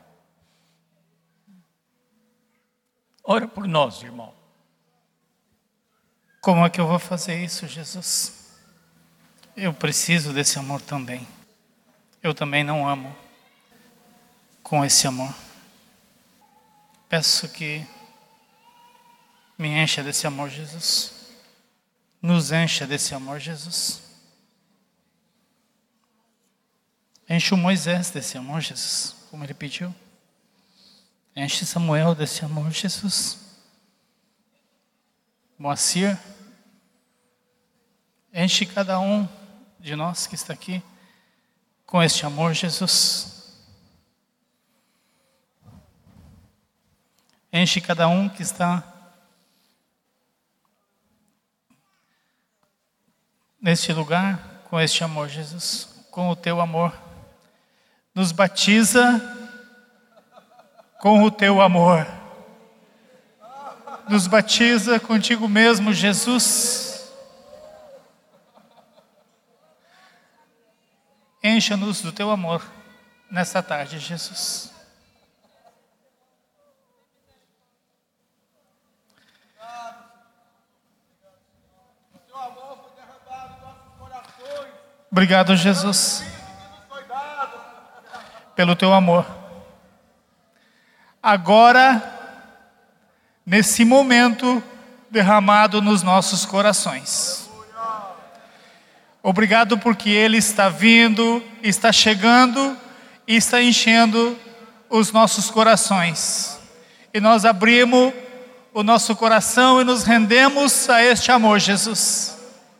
Ora por nós, irmão. Como é que eu vou fazer isso, Jesus? Eu preciso desse amor também. Eu também não amo com esse amor. Peço que me encha desse amor, Jesus. Nos encha desse amor, Jesus. Enche o Moisés desse amor, Jesus, como ele pediu. Enche Samuel desse amor, Jesus. Moacir, enche cada um de nós que está aqui com este amor, Jesus. Enche cada um que está neste lugar com este amor, Jesus, com o teu amor. Nos batiza com o teu amor. Nos batiza contigo mesmo, Jesus. Encha-nos do teu amor nesta tarde, Jesus. Obrigado, Jesus, pelo teu amor. Agora, nesse momento, derramado nos nossos corações. Obrigado porque Ele está vindo, está chegando e está enchendo os nossos corações. E nós abrimos o nosso coração e nos rendemos a este amor, Jesus.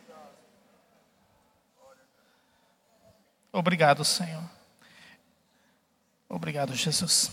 Obrigado, Senhor. Obrigado, Jesus.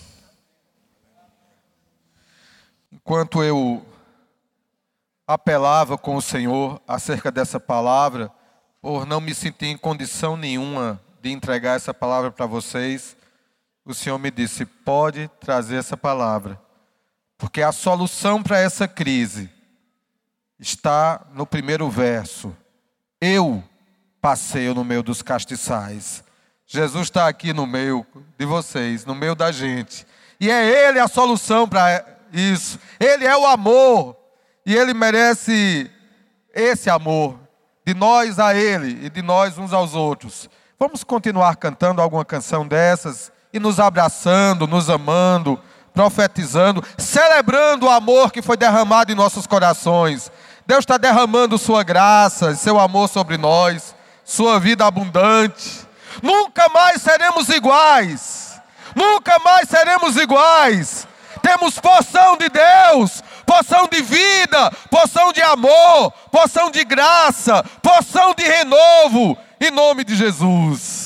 Enquanto eu apelava com o Senhor acerca dessa palavra, por não me sentir em condição nenhuma de entregar essa palavra para vocês, o Senhor me disse: pode trazer essa palavra, porque a solução para essa crise está no primeiro verso. Eu passeio no meio dos castiçais. Jesus está aqui no meio de vocês, no meio da gente. E é Ele a solução para isso. Ele é o amor. E Ele merece esse amor. De nós a Ele e de nós uns aos outros. Vamos continuar cantando alguma canção dessas e nos abraçando, nos amando, profetizando, celebrando o amor que foi derramado em nossos corações. Deus está derramando sua graça, seu amor sobre nós, sua vida abundante. Nunca mais seremos iguais. Nunca mais seremos iguais. Temos porção de Deus, porção de vida, porção de amor, porção de graça, porção de renovo, em nome de Jesus.